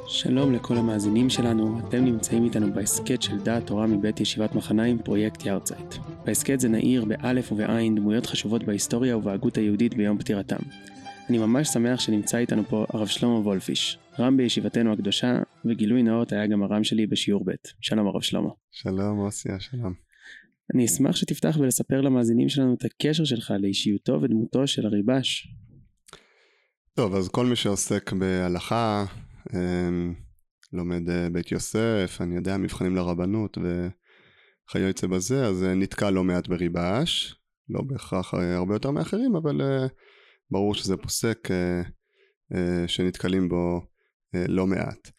שלום לכל המאזינים שלנו, אתם נמצאים איתנו בהסקט של דעת תורה מבית ישיבת מחניים, פרויקט יארצייט. בהסקט זה נעיר באלף ובעין דמויות חשובות בהיסטוריה ובהגות היהודית ביום פטירתם. אני ממש שמח שנמצא איתנו פה הרב שלמה וולפיש, רם בישיבתנו הקדושה, וגילוי נאות היה גם הרם שלי בשיעור ב'. שלום הרב שלמה. שלום אוסיה, שלום. אני אשמח שתפתח ולספר למאזינים שלנו את הקשר שלך לאישיותו ודמותו של הריב"ש. טוב, אז כל מי שעוסק בהלכה, לומד בית יוסף, אני יודע, מבחנים לרבנות וכיוצא בזה, אז נתקע לא מעט בריב"ש, לא בהכרח הרבה יותר מאחרים, אבל ברור שזה פוסק שנתקלים בו לא מעט.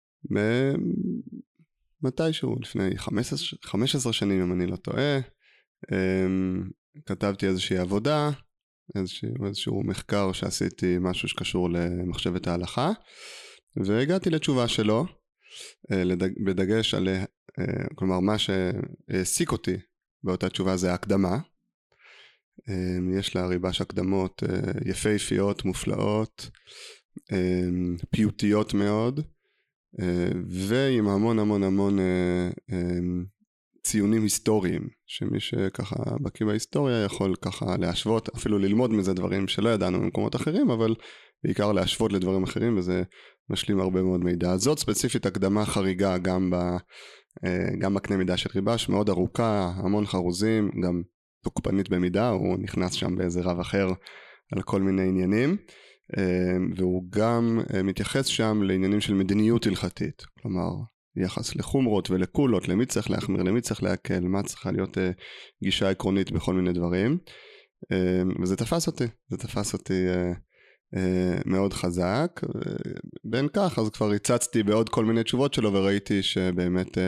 מתישהו, לפני 15 שנים אם אני לא טועה, כתבתי איזושהי עבודה, איזשהו מחקר שעשיתי, משהו שקשור למחשבת ההלכה, והגעתי לתשובה שלו, בדגש על, כלומר מה שהעסיק אותי באותה תשובה זה ההקדמה. יש לריב"ש הקדמות יפהפיות, מופלאות, פיוטיות מאוד, ועם המון המון המון ציונים היסטוריים, שמי שככה בקיא בהיסטוריה יכול ככה להשוות, אפילו ללמוד מזה דברים שלא ידענו במקומות אחרים, אבל בעיקר להשוות לדברים אחרים, וזה משלים הרבה מאוד מידע. זאת ספציפית הקדמה חריגה גם בקנה מידה של ריב"ש, מאוד ארוכה, המון חרוזים, גם תוקפנית במידה, הוא נכנס שם באיזה רב אחר על כל מיני עניינים, והוא גם מתייחס שם לעניינים של מדיניות הלכתית, כלומר יחס לחומרות ולקולות, למי צריך להחמיר, למי צריך להקל, מה צריכה להיות גישה עקרונית בכל מיני דברים, וזה תפס אותי מאוד חזק. בין כך אז כבר הצצתי בעוד כל מיני תשובות שלו, וראיתי שבאמת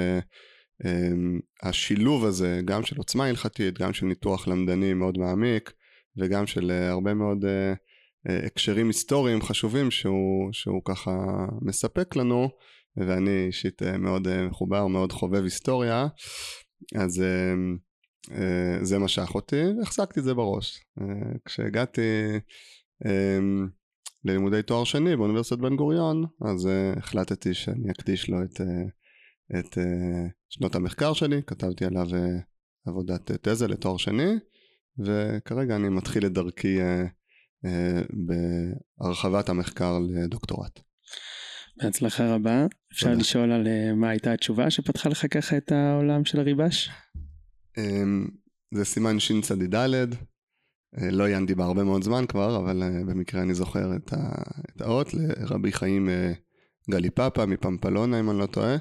השילוב הזה, גם של עוצמה הלכתית, גם של ניתוח למדני מאוד מעמיק, וגם של הרבה מאוד הקשרים היסטוריים חשובים שהוא ככה מספק לנו, ואני אישית מאוד מחובר, מאוד חובב היסטוריה, אז זה משך אותי, והחזקתי את זה בראש. כשהגעתי ללימודי תואר שני באוניברסיטת בן גוריון, אז החלטתי שאני אקדיש לו את שנות המחקר שלי, כתבתי עליו עבודת תזה לתואר שני, וכרגע אני מתחיל את דרכי בהרחבת המחקר לדוקטורט. בהצלחה רבה. אפשר לשאול על מה הייתה התשובה שפתחה לך ככה את העולם של הריב"ש? זה סימן ש"צ"ד, לא עיינתי בה הרבה מאוד זמן כבר, אבל במקרה אני זוכר את האות, לרבי חיים גליפאפה מפמפלונה אם אני לא טועה.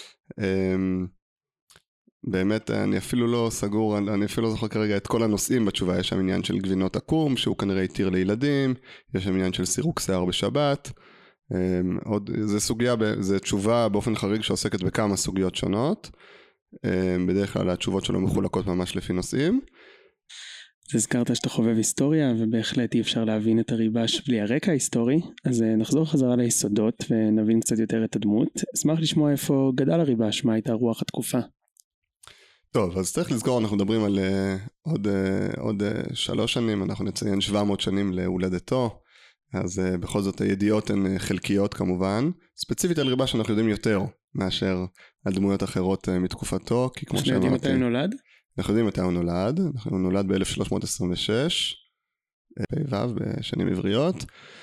באמת אני אפילו לא סגור, אני אפילו לא זוכר כרגע את כל הנושאים בתשובה. יש שם עניין של גבינות עקום שהוא כנראה התיר לילדים, יש שם עניין של סירוק שיער בשבת, זה סוגיה, זה תשובה באופן חריג שעוסקת בכמה סוגיות שונות, בדרך כלל התשובות שלו מחולקות ממש לפי נושאים. אז הזכרת שאתה חובב היסטוריה, ובהחלט אי אפשר להבין את הריב"ש בלי הרקע ההיסטורי, אז נחזור חזרה ליסודות ונבין קצת יותר את הדמות. אשמח לשמוע איפה גדל הריב"ש, מה הייתה רוח התקופה. טוב, אז צריך לזכור, אנחנו מדברים על עוד 3 שנים, אנחנו נציין 700 שנים להולדתו, אז בכל זאת הידיעות הן חלקיות כמובן. ספציפית על ריב"ש אנחנו יודעים יותר מאשר על דמויות אחרות מתקופתו, כי כמו שאמרתי, יודעים מתי הוא נולד? אנחנו יודעים מתי הוא נולד, הוא נולד ב-1326, פ"ו בשנים עבריות,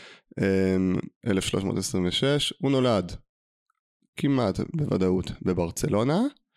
1326, הוא נולד כמעט בוודאות בברצלונה.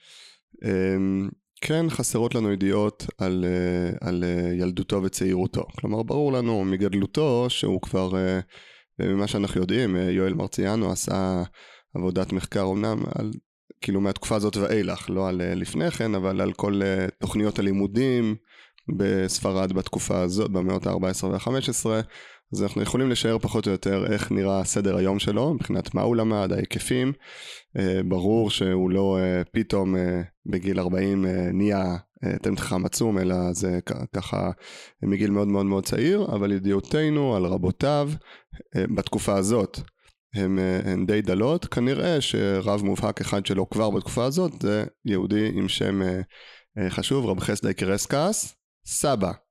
כן חסרות לנו ידיעות על ילדותו וצעירותו, כלומר ברור לנו מגדלותו שהוא כבר, ממה שאנחנו יודעים, יואל מרציאנו עשה עבודת מחקר אמנם על כאילו מהתקופה הזאת ואילך, לא על לפני כן, אבל על כל תוכניות הלימודים בספרד בתקופה הזאת, במאות ה-14 וה-15, אז אנחנו יכולים לשער פחות או יותר איך נראה סדר היום שלו, מבחינת מה הוא למד, ההיקפים. ברור שהוא לא פתאום בגיל 40 נהיה תלמיד חכם עצום, אלא זה ככה מגיל מאוד מאוד מאוד צעיר, אבל ידיעותינו על רבותיו בתקופה הזאת הן די דלות. כנראה שרב מובהק אחד שלו כבר בתקופה הזאת זה יהודי עם שם חשוב, רב חסדאי קרסקס, סבא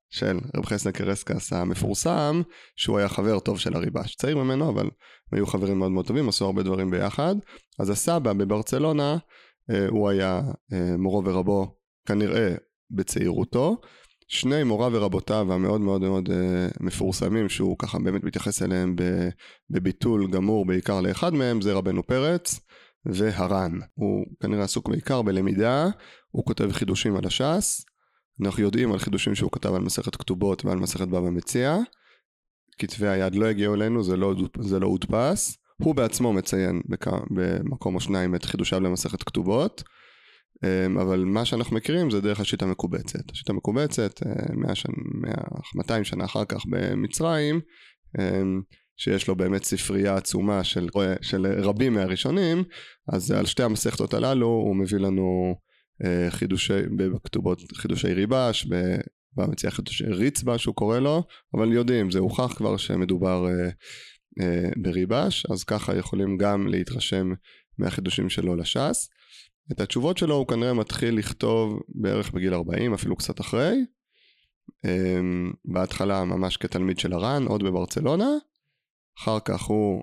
של רב חסדא קרסקס המפורסם, שהוא היה חבר טוב של הריב"ש, צעיר ממנו, אבל הם היו חברים מאוד מאוד טובים, עשו הרבה דברים ביחד. אז הסבא בברצלונה, הוא היה מורו ורבו כנראה בצעירותו, שני מורה ורבותיו המאוד מאוד מאוד מפורסמים, שהוא ככה באמת מתייחס אליהם בביטול גמור בעיקר לאחד מהם, זה רבנו פרץ והר"ן. הוא כנראה עסוק בעיקר בלמידה, הוא כותב חידושים על הש"ס, אנחנו יודעים על חידושים שהוא כתב על מסכת כתובות ועל מסכת בבא מציעא, כתבי היד לא הגיעו אלינו, זה לא הודפס, הוא בעצמו מציין במקום או שניים את חידושיו למסכת כתובות, אבל מה שאנחנו מכירים זה דרך השיטה המקובצת. השיטה המקובצת 200 שנה אחר כך במצרים, שיש לו באמת ספרייה עצומה של רבים מהראשונים, אז על שתי המסכתות הללו הוא מביא לנו בכתובות חידושי ריב"ש, במציאה חידושי ריצב"א שהוא קורא לו, אבל יודעים, זה הוכח כבר שמדובר בריב"ש, אז ככה יכולים גם להתרשם מהחידושים שלו לש"ס. את התשובות שלו הוא כנראה מתחיל לכתוב בערך בגיל 40, אפילו קצת אחרי, בהתחלה ממש כתלמיד של הר"ן, עוד בברצלונה, אחר כך הוא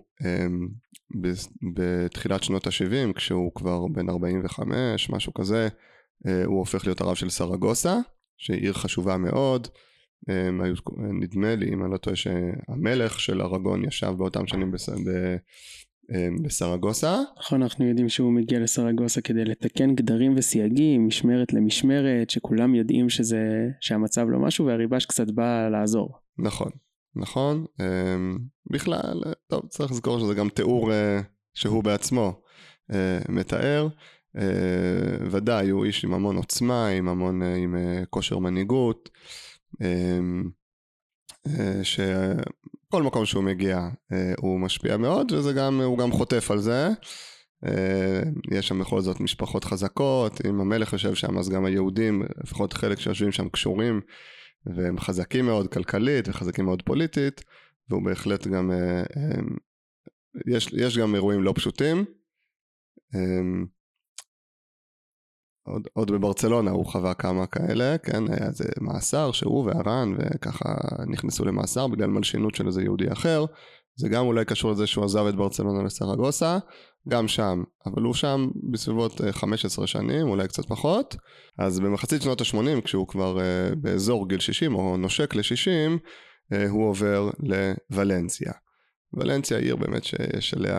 בתחילת שנות ה-70, כשהוא כבר בן 45, משהו כזה, הוא הופך להיות הרב של סרגוסה, שהיא עיר חשובה מאוד, נדמה לי, אם אני לא טועה, שהמלך של ארגון ישב באותם שנים בסרגוסה. נכון, אנחנו יודעים שהוא מגיע לסרגוסה כדי לתקן גדרים וסייגים, משמרת למשמרת, שכולם יודעים שהמצב לא משהו, והריב"ש קצת בא לעזור. נכון, בכלל, טוב, צריך לזכור שזה גם תיאור שהוא בעצמו מתאר, ודאי, הוא איש עם המון עוצמה, עם כושר מנהיגות, שכל מקום שהוא מגיע הוא משפיע מאוד, הוא גם חוטף על זה. יש שם בכל זאת משפחות חזקות, אם המלך יושב שם אז גם היהודים, לפחות חלק שיושבים שם קשורים, והם חזקים מאוד כלכלית וחזקים מאוד פוליטית, והוא בהחלט גם, יש גם אירועים לא פשוטים. עוד בברצלונה הוא חווה כמה כאלה, כן, היה איזה מאסר שהוא והר"ן וככה נכנסו למאסר בגלל מלשינות של איזה יהודי אחר, זה גם אולי קשור לזה שהוא עזב את ברצלונה לסרגוסה, גם שם, אבל הוא שם בסביבות 15 שנים, אולי קצת פחות, אז במחצית שנות ה-80 כשהוא כבר באזור גיל 60 או נושק ל-60, הוא עובר לוולנסיה. ולנסיה עיר באמת שיש עליה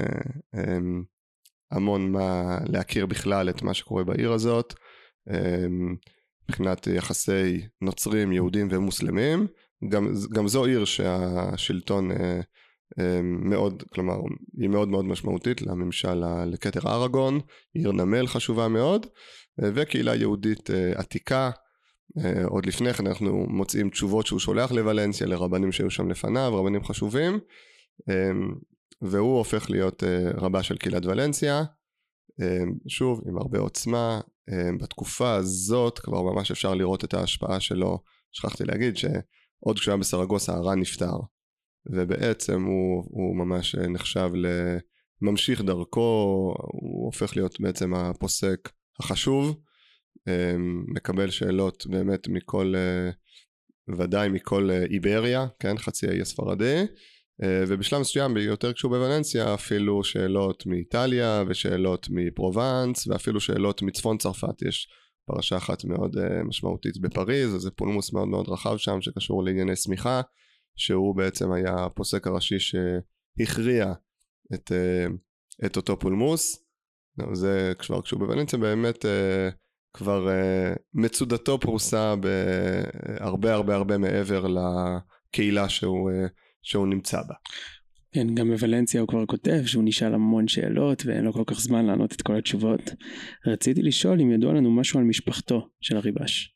המון מה להכיר בכלל את מה שקורה בעיר הזאת, מבחינת יחסי נוצרים, יהודים ומוסלמים, גם זו עיר שהשלטון מאוד, כלומר, היא מאוד מאוד משמעותית לממשל לכתר ארגון, עיר נמל חשובה מאוד, וקהילה יהודית עתיקה. עוד לפני כן אנחנו מוצאים תשובות שהוא שולח לוולנסיה, לרבנים שהיו שם לפניו, רבנים חשובים, והוא הופך להיות רבה של קהילת ולנסיה, שוב עם הרבה עוצמה. בתקופה הזאת כבר ממש אפשר לראות את ההשפעה שלו. שכחתי להגיד שעוד כשהיה בסרגוסה הר"ן נפטר, ובעצם הוא ממש נחשב לממשיך דרכו, הוא הופך להיות בעצם הפוסק החשוב, מקבל שאלות באמת מכל, ודאי מכל איבריה, כן, חצי האי הספרדי, ובשלב מסוים יותר כשהוא בוולנסיה אפילו שאלות מאיטליה ושאלות מפרובנס ואפילו שאלות מצפון צרפת. יש פרשה אחת מאוד משמעותית בפריז, זה פולמוס מאוד מאוד רחב שם שקשור לענייני סמיכה, שהוא בעצם היה הפוסק הראשי שהכריע את אותו פולמוס. זה כבר כשהוא בוולנסיה באמת כבר מצודתו פרוסה בהרבה הרבה הרבה מעבר לקהילה שהוא נמצא בה. כן, גם בוולנסיה הוא כבר כותב שהוא נשאל המון שאלות ואין לו כל כך זמן לענות את כל התשובות. רציתי לשאול אם ידוע לנו משהו על משפחתו של הריב"ש.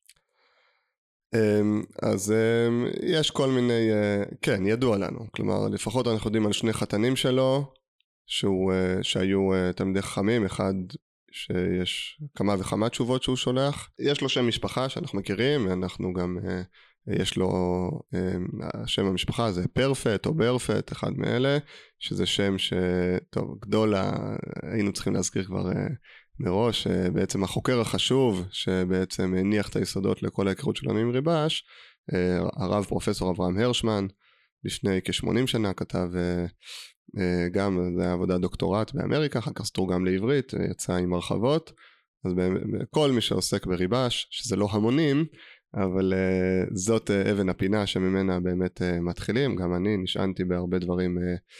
אז יש כל מיני, כן, ידוע לנו. כלומר, לפחות אנחנו יודעים על שני חתנים שלו, שהיו תלמידי חכמים, אחד שיש כמה וכמה תשובות שהוא שולח. יש לו שם משפחה שאנחנו מכירים, אנחנו גם, יש לו, שם המשפחה זה פרפט או ברפט, אחד מאלה, שזה שם שטוב, גדולה, היינו צריכים להזכיר כבר מראש, בעצם החוקר החשוב שבעצם הניח את היסודות לכל ההיכרות שלנו עם ריב"ש, הרב פרופסור אברהם הרשמן, לפני כ-80 שנה כתב גם, זה היה עבודה דוקטורט באמריקה, אחר כך תורגם לעברית, יצא עם הרחבות, אז כל מי שעוסק בריבש, שזה לא המונים, אבל זאת אבן הפינה שממנה באמת מתחילים, גם אני נשענתי בהרבה דברים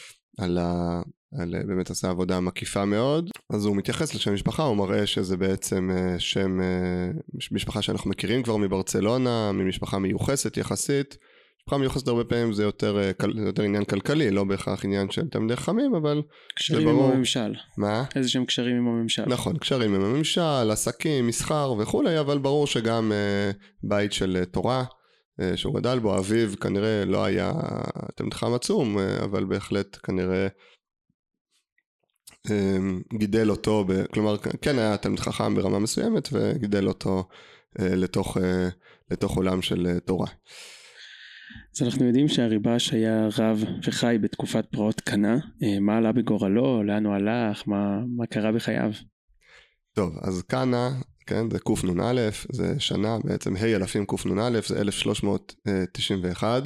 באמת עשה עבודה מקיפה מאוד, אז הוא מתייחס לשם משפחה, הוא מראה שזה בעצם שם משפחה שאנחנו מכירים כבר מברצלונה, ממשפחה מיוחסת יחסית, משפחה מיוחסת הרבה פעמים זה יותר עניין כלכלי, לא בהכרח עניין של תלמידי חכמים, אבל קשרים עם הממשל. מה? איזה שהם קשרים עם הממשל. נכון, קשרים עם הממשל, עסקים, מסחר וכולי, אבל ברור שגם בית של תורה, שהוא גדל בו, אביו כנראה לא היה תלמיד חכם עצום, אבל בהחלט כנראה גידל אותו, כלומר כן היה תלמיד חכם ברמה מסוימת, וגידל אותו לתוך עולם של תורה. אז אנחנו יודעים שהריבש היה רב וחי בתקופת פרעות קנה, מה עלה בגורלו, לאן הוא הלך, מה קרה בחייו? טוב, אז קנה, כן, זה קנ"א, זה שנה, בעצם אלפים קנ"א, זה 1391,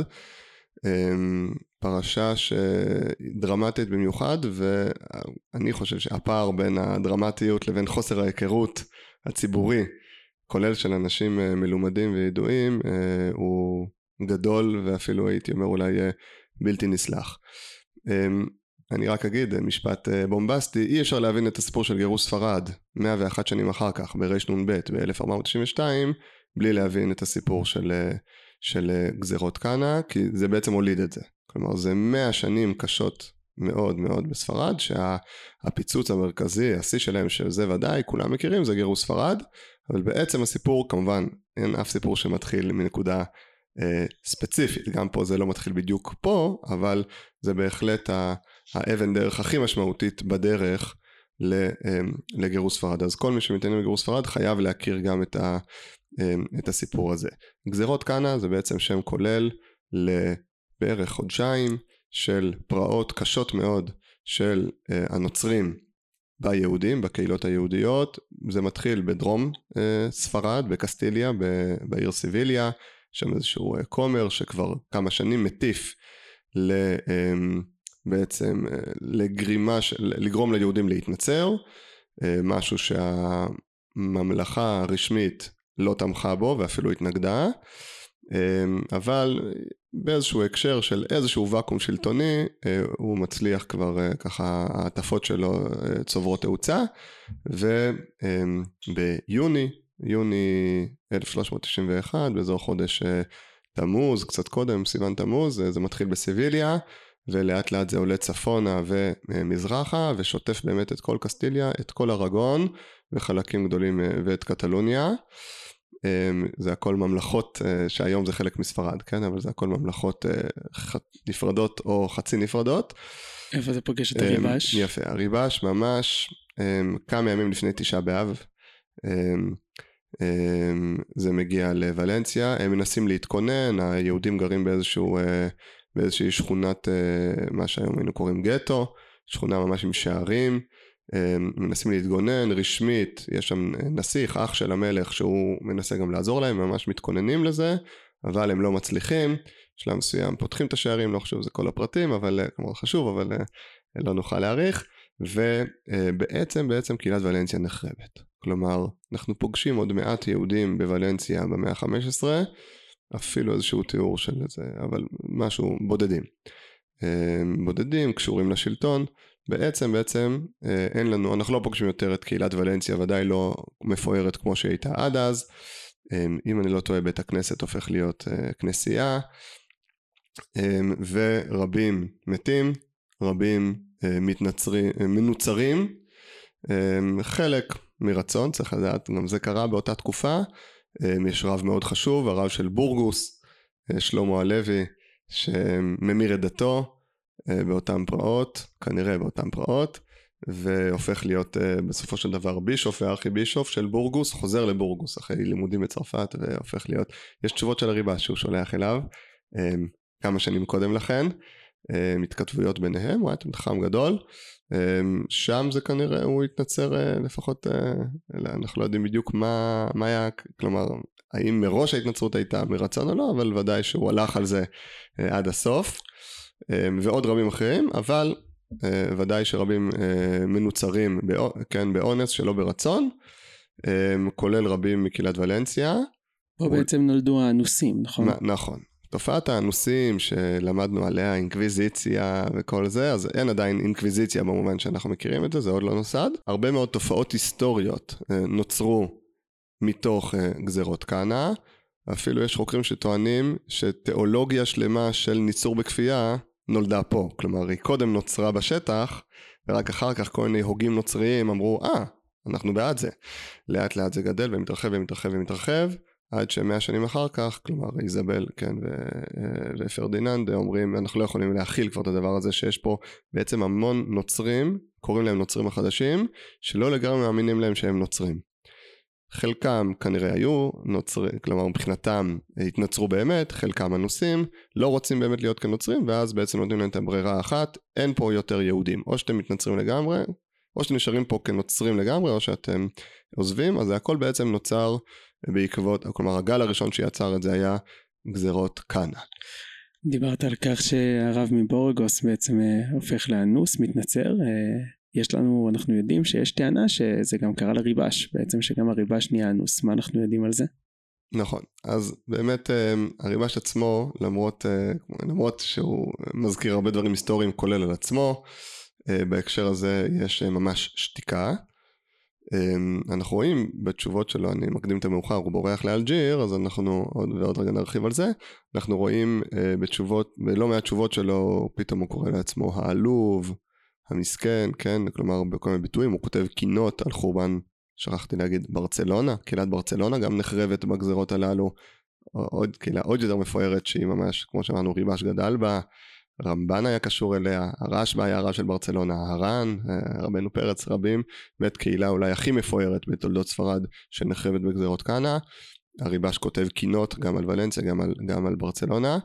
פרשה שדרמטית במיוחד, ואני חושב שהפער בין הדרמטיות לבין חוסר ההיכרות הציבורי, כולל של אנשים מלומדים וידועים, הוא גדול, ואפילו הייתי אומר אולי בלתי נסלח. אני רק אגיד משפט בומבסטי, אי אפשר להבין את הסיפור של גירוש ספרד 101 שנים אחר כך ברנ"ב ב-1492 בלי להבין את הסיפור של גזירות קנה, כי זה בעצם הוליד את זה. כלומר זה 100 שנים קשות מאוד מאוד בספרד, שהפיצוץ המרכזי, השיא שלהם שזה ודאי, כולם מכירים, זה גירוש ספרד, אבל בעצם הסיפור כמובן אין אף סיפור שמתחיל מנקודה ספציפית, גם פה זה לא מתחיל בדיוק פה, אבל זה בהחלט האבן דרך הכי משמעותית בדרך לגירוש ספרד. אז כל מי שמתעניין בגירוש ספרד חייב להכיר גם את הסיפור הזה. גזירות קנה זה בעצם שם כולל לבערך חודשיים של פרעות קשות מאוד של הנוצרים ביהודים, בקהילות היהודיות. זה מתחיל בדרום ספרד, בקסטיליה, בעיר סיביליה, שם איזשהו כומר שכבר כמה שנים מטיף בעצם לגרום ליהודים להתנצר, משהו שהממלכה הרשמית לא תמכה בו ואפילו התנגדה, אבל באיזשהו הקשר של איזשהו ואקום שלטוני הוא מצליח כבר ככה העטפות שלו צוברות תאוצה, וביוני 1391 באזור חודש תמוז, קצת קודם סיוון תמוז, זה מתחיל בסיביליה ולאט לאט זה עולה צפונה ומזרחה ושוטף באמת את כל קסטיליה, את כל ארגון וחלקים גדולים ואת קטלוניה. זה הכל ממלכות שהיום זה חלק מספרד, כן? אבל זה הכל ממלכות נפרדות או חצי נפרדות. איפה זה פוגש את הריבש? יפה, הריבש ממש כמה ימים לפני תשעה באב זה מגיע לוולנסיה, הם מנסים להתכונן, היהודים גרים באיזושהי שכונת, מה שהיום היינו קוראים גטו, שכונה ממש עם שערים, מנסים להתגונן רשמית, יש שם נסיך, אח של המלך, שהוא מנסה גם לעזור להם, ממש מתכוננים לזה, אבל הם לא מצליחים, בשלב מסוים פותחים את השערים, לא חשוב זה כל הפרטים, אבל כמו חשוב, אבל לא נוכל להעריך, ובעצם קהילת ולנסיה נחרבת. כלומר, אנחנו פוגשים עוד מעט יהודים בוולנסיה במאה ה-15, אפילו איזשהו תיאור של זה, אבל משהו בודדים, קשורים לשלטון. בעצם אין לנו, אנחנו לא פוגשים יותר את קהילת ולנסיה, ודאי לא מפוארת כמו שהייתה עד אז. אם אני לא טועה, בית הכנסת הופך להיות כנסייה, ורבים מתים, רבים מנוצרים, חלק מרצון, צריך לדעת, גם זה קרה באותה תקופה. יש רב מאוד חשוב, הרב של בורגוס, שלמה הלוי, שממיר את דתו באותם פרעות, כנראה באותם פרעות, והופך להיות בסופו של דבר בישוף וארכי בישוף של בורגוס, חוזר לבורגוס אחרי לימודים בצרפת, והופך להיות, יש תשובות של הריבש שהוא שולח אליו, כמה שנים קודם לכן, התכתבויות ביניהם, הוא היה תלמיד גדול, שם זה כנראה הוא התנצר לפחות, אנחנו לא יודעים בדיוק מה היה, כלומר האם מראש ההתנצרות הייתה מרצון או לא, אבל ודאי שהוא הלך על זה עד הסוף, ועוד רבים אחרים, אבל ודאי שרבים מנוצרים באונס שלא ברצון, כולל רבים מקהילת ולנסיה. פה בעצם נולדו האנוסים, נכון? נכון. תופעת האנוסים שלמדנו עליה, אינקוויזיציה וכל זה, אז אין עדיין אינקוויזיציה במובן שאנחנו מכירים את זה, זה עוד לא נוסד. הרבה מאוד תופעות היסטוריות נוצרו מתוך גזרות קאנה, אפילו יש חוקרים שטוענים שתיאולוגיה שלמה של ניצור בכפייה נולדה פה, כלומר היא קודם נוצרה בשטח, ורק אחר כך כל מיני הוגים נוצריים אמרו, אנחנו בעד זה. לאט לאט זה גדל ומתרחב ומתרחב ומתרחב, עד ש100 שנים אחר כך, כלומר איזבל, כן, ופרדיננד אומרים, אנחנו לא יכולים להכיל כבר את הדבר הזה, שיש פה בעצם המון נוצרים, קוראים להם נוצרים החדשים, שלא לגמרי מאמינים להם שהם נוצרים. חלקם כנראה היו נוצרים, כלומר מבחינתם התנצרו באמת, חלקם אנוסים, לא רוצים באמת להיות כנוצרים, ואז בעצם נותנים להם את הברירה האחת, אין פה יותר יהודים, או שאתם מתנצרים לגמרי, או שאתם נשארים פה כנוצרים לגמרי, או שאתם עוזבים, אז זה הכל בעצם נוצר בעקבות, כלומר הגל הראשון שיצר את זה היה גזרות קאנה. דיברת על כך שהרב מבורגוס בעצם הופך לאנוס, מתנצר, אנחנו יודעים שיש טענה שזה גם קרה לריבש, בעצם שגם הריבש נהיה אנוס, מה אנחנו יודעים על זה? נכון, אז באמת הריבש עצמו, למרות שהוא מזכיר הרבה דברים היסטוריים כולל על עצמו, בהקשר הזה יש ממש שתיקה, אנחנו רואים בתשובות שלו, אני מקדים את המאוחר, הוא בורח לאלג'יר, אז אנחנו עוד רגע נרחיב על זה, אנחנו רואים בתשובות, בלא מעט תשובות שלו, פתאום הוא קורא לעצמו העלוב, המסכן, כן, כלומר בכל מיני ביטויים, הוא כותב קינות על חורבן, שכחתי להגיד ברצלונה, קהילת ברצלונה גם נחרבת בגזרות הללו, עוד קהילה עוד יותר מפוארת שהיא ממש, כמו שאמרנו, ריבש גדל בה, רמב"ן היה קשור אליה, הרשב"א היה הרב של ברצלונה, הר"ן, רבנו פרץ, רבים, בית קהילה אולי הכי מפוארת בתולדות ספרד שנחרבת בגזרות קאנה, הריבש כותב קינות גם על ולנסיה, גם על ברצלונה,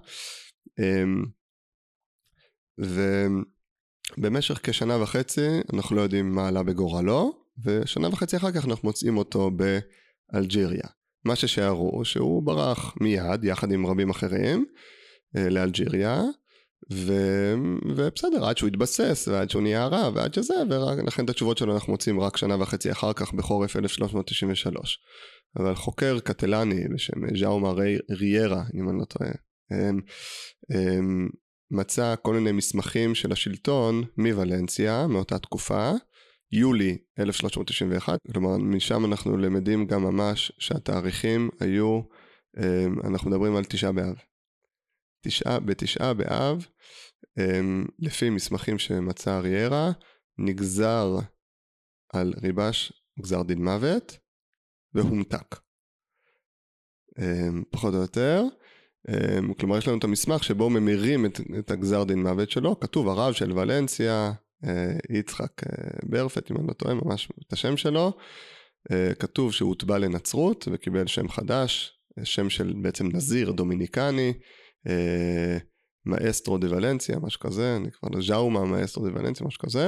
ובמשך כשנה וחצי אנחנו לא יודעים מה עלה בגורלו, ושנה וחצי אחר כך אנחנו מוצאים אותו באלג'יריה. מה ששערו שהוא ברח מיד, יחד עם רבים אחרים, לאלג'יריה, ובסדר, עד שהוא התבסס, ועד שהוא נהיה רע, ועד שזה, ולכן את התשובות שלו אנחנו מוצאים רק שנה וחצי אחר כך, בחורף 1393. אבל חוקר קטלני בשם ז'אומה ריירה, אם אני לא טועה, מצא כל מיני מסמכים של השלטון מוולנסיה, מאותה תקופה, יולי 1391, כלומר משם אנחנו למדים גם ממש שהתאריכים היו, אנחנו מדברים על 9 באב. בתשעה באב, לפי מסמכים שמצא ריירה, נגזר על ריבש גזר דין מוות, והומתק. פחות או יותר, כלומר יש לנו את המסמך שבו ממירים את הגזר דין מוות שלו, כתוב הרב של ולנסיה, יצחק ברפט, אם אני לא טועה ממש את השם שלו, כתוב שהוא הוטבע לנצרות וקיבל שם חדש, שם של בעצם נזיר דומיניקני, מאסטרו דה ולנסיה, משהו כזה, אני כבר ז'אומה מאסטרו דה ולנסיה, משהו כזה,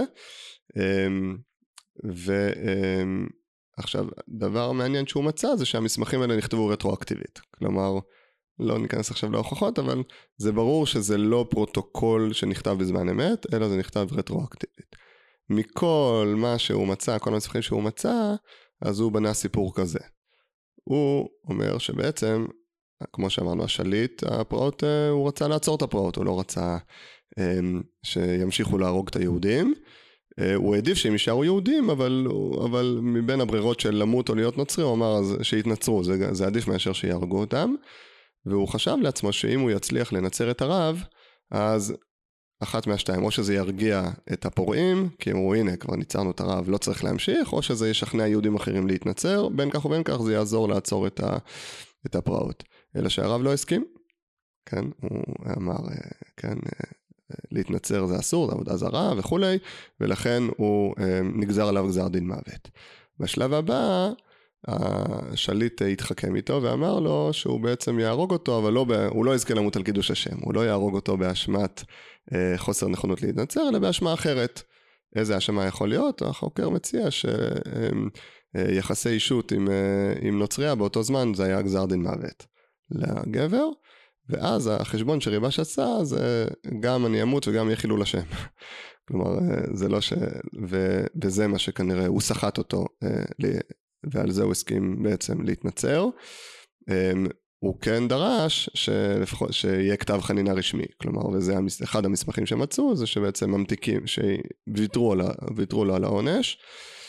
ועכשיו דבר מעניין שהוא מצא זה שהמסמכים האלה נכתבו רטרואקטיבית, כלומר לא ניכנס עכשיו להוכחות, אבל זה ברור שזה לא פרוטוקול שנכתב בזמן אמת, אלא זה נכתב רטרואקטיבית. מכל מה שהוא מצא, כל המסמכים שהוא מצא, אז הוא בנה סיפור כזה. הוא אומר שבעצם, כמו שאמרנו, השליט, הפרעות, הוא רצה לעצור את הפרעות, הוא לא רצה שימשיכו להרוג את היהודים, הוא העדיף שהם יישארו יהודים, אבל מבין הברירות של למות או להיות נוצרי, הוא אמר אז שיתנצרו, זה עדיף מאשר שיהרגו אותם, והוא חשב לעצמו שאם הוא יצליח לנצר את הרב, אז אחת מהשתיים, או שזה ירגיע את הפורעים, כי הם אמרו הנה כבר ניצרנו את הרב, לא צריך להמשיך, או שזה ישכנע יהודים אחרים להתנצר, בין כך ובין כך זה יעזור לעצור את הפרעות. אלא שהרב לא הסכים, כן, הוא אמר, כן, להתנצר זה אסור, זה עבודה זרה וכולי, ולכן הוא נגזר עליו גזר דין מוות. בשלב הבא, השליט התחכם איתו ואמר לו שהוא בעצם יהרוג אותו, אבל הוא לא יזכה למות על קידוש השם, הוא לא יהרוג אותו באשמת חוסר נכונות להתנצר, אלא באשמה אחרת. איזה אשמה יכול להיות? החוקר מציע שיחסי אישות עם נוצריה באותו זמן זה היה גזר דין מוות לגבר, ואז החשבון שריבש עשה זה גם אני אמות וגם יהיה חילול השם. כלומר, זה לא וזה מה שכנראה הוא סחט אותו, ועל זה הוא הסכים בעצם להתנצר. הוא כן דרש שיהיה כתב חנינה רשמי, כלומר, וזה אחד המסמכים שמצאו, זה שבעצם ממתיקים, שוויתרו לו על העונש.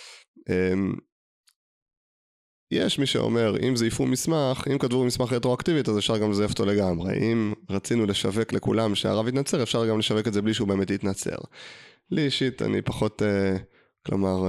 יש מי שאומר, אם זייפו מסמך, אם כתבו מסמך רטרואקטיבית, אז אפשר גם לזייף אותו לגמרי. אם רצינו לשווק לכולם שהרב יתנצר, אפשר גם לשווק את זה בלי שהוא באמת יתנצר. לי אישית, אני פחות, כלומר,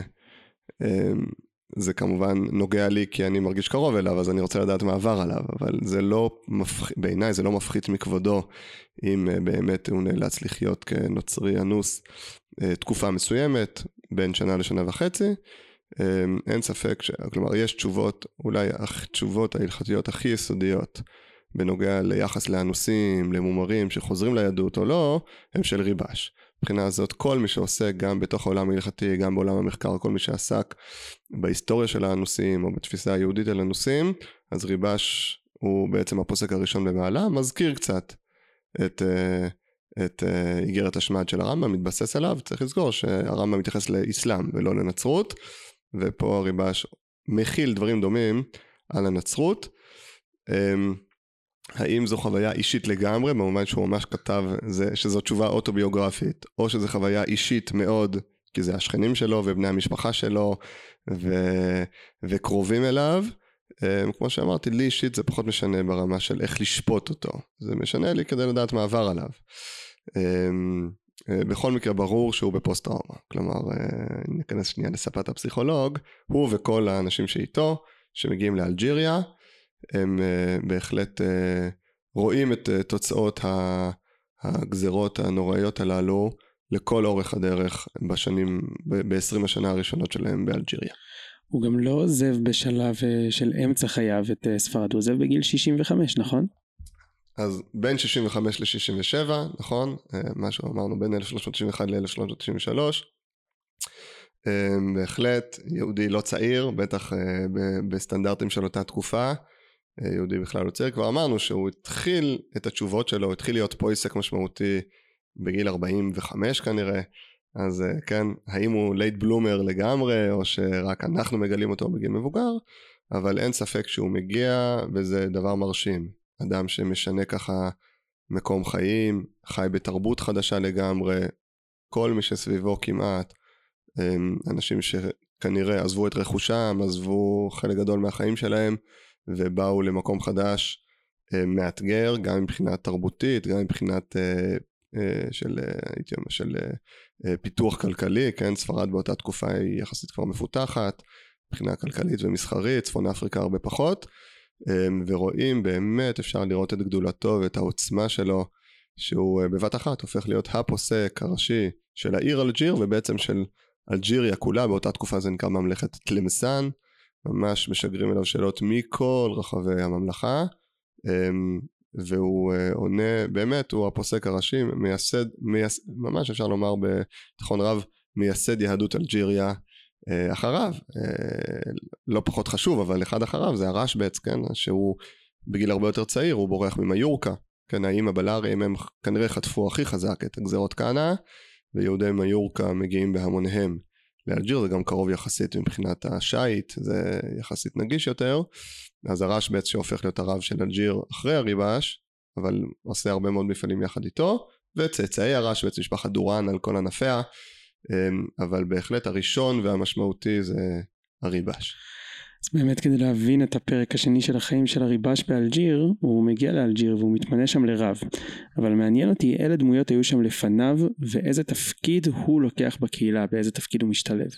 זה כמובן נוגע לי כי אני מרגיש קרוב אליו, אז אני רוצה לדעת מה עבר עליו, אבל זה לא בעיניי זה לא מפחית מכבודו, אם באמת הוא נאלץ לחיות כנוצרי אנוס תקופה מסוימת, בין שנה לשנה וחצי. אין ספק, כלומר יש תשובות, אולי התשובות ההלכתיות הכי יסודיות, בנוגע ליחס לאנוסים, למומרים שחוזרים ליהדות או לא, הם של ריבש. מבחינה הזאת, כל מי שעוסק גם בתוך העולם ההלכתי, גם בעולם המחקר, כל מי שעסק בהיסטוריה של האנוסים או בתפיסה היהודית על אנוסים, אז ריבש הוא בעצם הפוסק הראשון במעלה, מזכיר קצת את איגרת השמד של הרמב"ם, מתבסס עליו. צריך לזכור שהרמב"ם מתייחס לאסלאם ולא לנצרות, ופה הריבש מכיל דברים דומים על הנצרות. האם זו חוויה אישית לגמרי, במובן שהוא ממש כתב שזו תשובה אוטוביוגרפית, או שזו חוויה אישית מאוד, כי זה השכנים שלו ובני המשפחה שלו וקרובים אליו. כמו שאמרתי, לי אישית זה פחות משנה ברמה של איך לשפוט אותו, זה משנה לי כדי לדעת מה עבר עליו. בכל מקרה ברור שהוא בפוסט טראומה, כלומר ניכנס שנייה לספת הפסיכולוג, הוא וכל האנשים שאיתו שמגיעים לאלג'יריה, הם בהחלט רואים את תוצאות הגזרות הנוראיות הללו לכל אורך הדרך ב-20 השנה הראשונות שלהם באלג'יריה. הוא גם לא עוזב בשלב של אמצע חייו את ספרד, הוא עוזב בגיל 65, נכון? אז בין 65 ל-67, נכון? משהו אמרנו בין 1391 ל-1393. בהחלט יהודי לא צעיר, בטח בסטנדרטים של אותה תקופה. יהודי בכלל לא צעיר, כבר אמרנו שהוא התחיל את התשובות שלו, התחיל להיות פויסק משמעותי בגיל 45 כנראה, אז כן, האם הוא לייט בלומר לגמרי, או שרק אנחנו מגלים אותו בגיל מבוגר, אבל אין ספק שהוא מגיע, וזה דבר מרשים. אדם שמשנה ככה מקום חיים, חי בתרבות חדשה לגמרי, כל מי שסביבו כמעט, אנשים שכנראה עזבו את רכושם, עזבו חלק גדול מהחיים שלהם, ובאו למקום חדש מאתגר, גם מבחינת תרבותית, גם מבחינת של פיתוח כלכלי, כן, ספרד באותה תקופה היא יחסית כבר מפותחת, מבחינה כלכלית ומסחרית, צפון אפריקה הרבה פחות, ורואים באמת, אפשר לראות את גדולתו ואת העוצמה שלו, שהוא בבת אחת הופך להיות הפוסק הראשי של העיר אלג'יר, ובעצם של אלג'יריה כולה, באותה תקופה זה נקרא ממלכת תלמסן, ממש משגרים אליו שאלות מכל רחבי הממלכה, והוא עונה, באמת הוא הפוסק הראשי, מייסד, ממש אפשר לומר בתיכון רב, מייסד יהדות אלג'יריה. אחריו, לא פחות חשוב, אבל אחד אחריו זה הרשב"ץ, כן, שהוא בגיל הרבה יותר צעיר, הוא בורח ממיורקה, כן, האמא בלארים הם כנראה חטפו הכי חזק את הגזרות כהנא, ויהודי מיורקה מגיעים בהמוניהם לאלג'יר, זה גם קרוב יחסית מבחינת השייט, זה יחסית נגיש יותר, אז הרשב"ץ שהופך להיות הרב של אלג'יר אחרי הריבש, אבל עושה הרבה מאוד מפעלים יחד איתו, וצאצאי הרשב"ץ, משפחת דורן על כל ענפיה, אבל בהחלט הראשון והמשמעותי זה הריבש. אז באמת כדי להבין את הפרק השני של החיים של הריבש באלג'יר, הוא מגיע לאלג'יר והוא מתמנה שם לרב. אבל מעניין אותי אילו דמויות היו שם לפניו, ואיזה תפקיד הוא לוקח בקהילה, באיזה תפקיד הוא משתלב.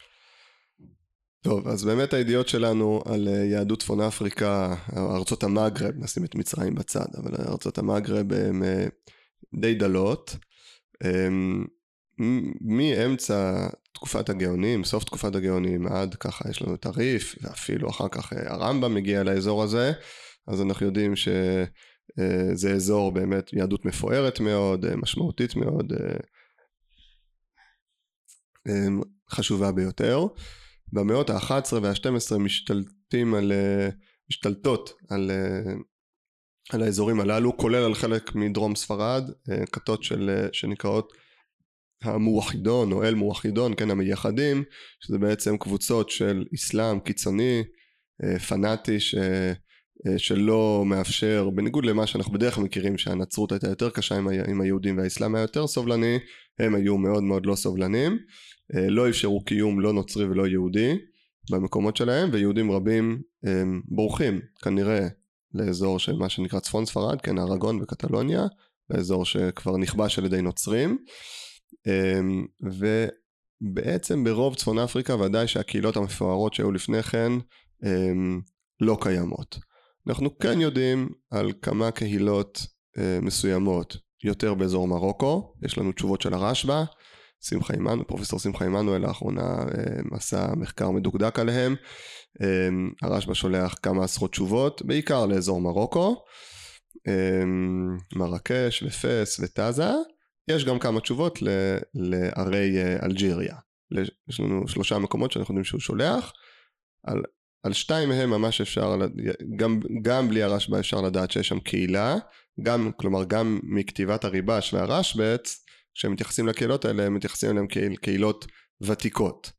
טוב, אז באמת הידיעות שלנו על יהדות צפון אפריקה, ארצות המגרב, נשים את מצרים בצד, אבל ארצות המגרב הן די דלות. מאמצע תקופת הגאונים, סוף תקופת הגאונים, עד ככה יש לנו את הריף, ואפילו אחר כך הרמב"ם מגיע לאזור הזה, אז אנחנו יודעים שזה אזור באמת יהדות מפוארת מאוד, משמעותית מאוד, חשובה ביותר. במאות ה-11 וה-12 משתלטות על האזורים הללו, כולל על חלק מדרום ספרד, כתות שנקראות המואחידון או אל מואחידון, כן, המייחדים, שזה בעצם קבוצות של אסלאם קיצוני, פנאטי, שלא מאפשר, בניגוד למה שאנחנו בדרך כלל מכירים, שהנצרות הייתה יותר קשה עם היהודים והאסלאם היה יותר סובלני, הם היו מאוד מאוד לא סובלנים, לא אפשרו קיום לא נוצרי ולא יהודי במקומות שלהם, ויהודים רבים בורחים כנראה לאזור של מה שנקרא צפון ספרד, כן, ארגון וקטלוניה, לאזור שכבר נכבש על ידי נוצרים, ובעצם ברוב צפון אפריקה ודאי שהקהילות המפוארות שהיו לפני כן לא קיימות. אנחנו כן יודעים על כמה קהילות מסוימות יותר באזור מרוקו, יש לנו תשובות של הרשב"א, פרופסור שמחה עמנואל לאחרונה עשה מחקר מדוקדק עליהם, הרשב"א שולח כמה עשרות תשובות, בעיקר לאזור מרוקו, מרקש ופס וטאזה, יש גם כמה תשובות לערי אלג'יריה, יש לנו 3 מקומות שאנחנו יודעים שהוא שולח, על 2 מהם ממש אפשר, גם בלי הרשב"א אפשר לדעת שיש שם קהילה, כלומר גם מכתיבת הריב"ש והרשב"ץ, כשהם מתייחסים לקהילות האלה, הם מתייחסים אליהם קהילות ותיקות.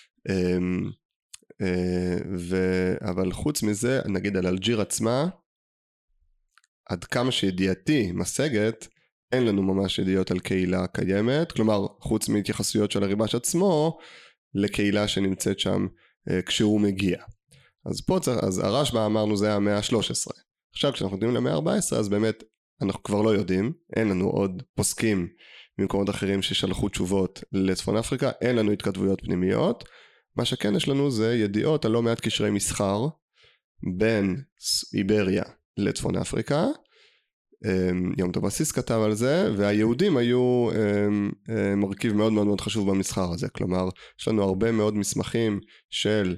אבל חוץ מזה, נגיד על אלג'יר עצמה, עד כמה שידיעתי משגת, אין לנו ממש ידיעות על קהילה קיימת, כלומר חוץ מהתייחסויות של הריב"ש עצמו, לקהילה שנמצאת שם כשהוא מגיע. אז הרשב"א אמרנו זה המאה ה-13. עכשיו כשאנחנו יודעים למאה ה-14, אז באמת אנחנו כבר לא יודעים, אין לנו עוד פוסקים ממקומות אחרים ששלחו תשובות לצפון אפריקה, אין לנו התכתבויות פנימיות, מה שכן יש לנו זה ידיעות על לא מעט קשרי מסחר, בין איבריה לצפון אפריקה, יום טוב אסיס כתב על זה, והיהודים היו מרכיב מאוד מאוד מאוד חשוב במסחר הזה, כלומר יש לנו הרבה מאוד מסמכים של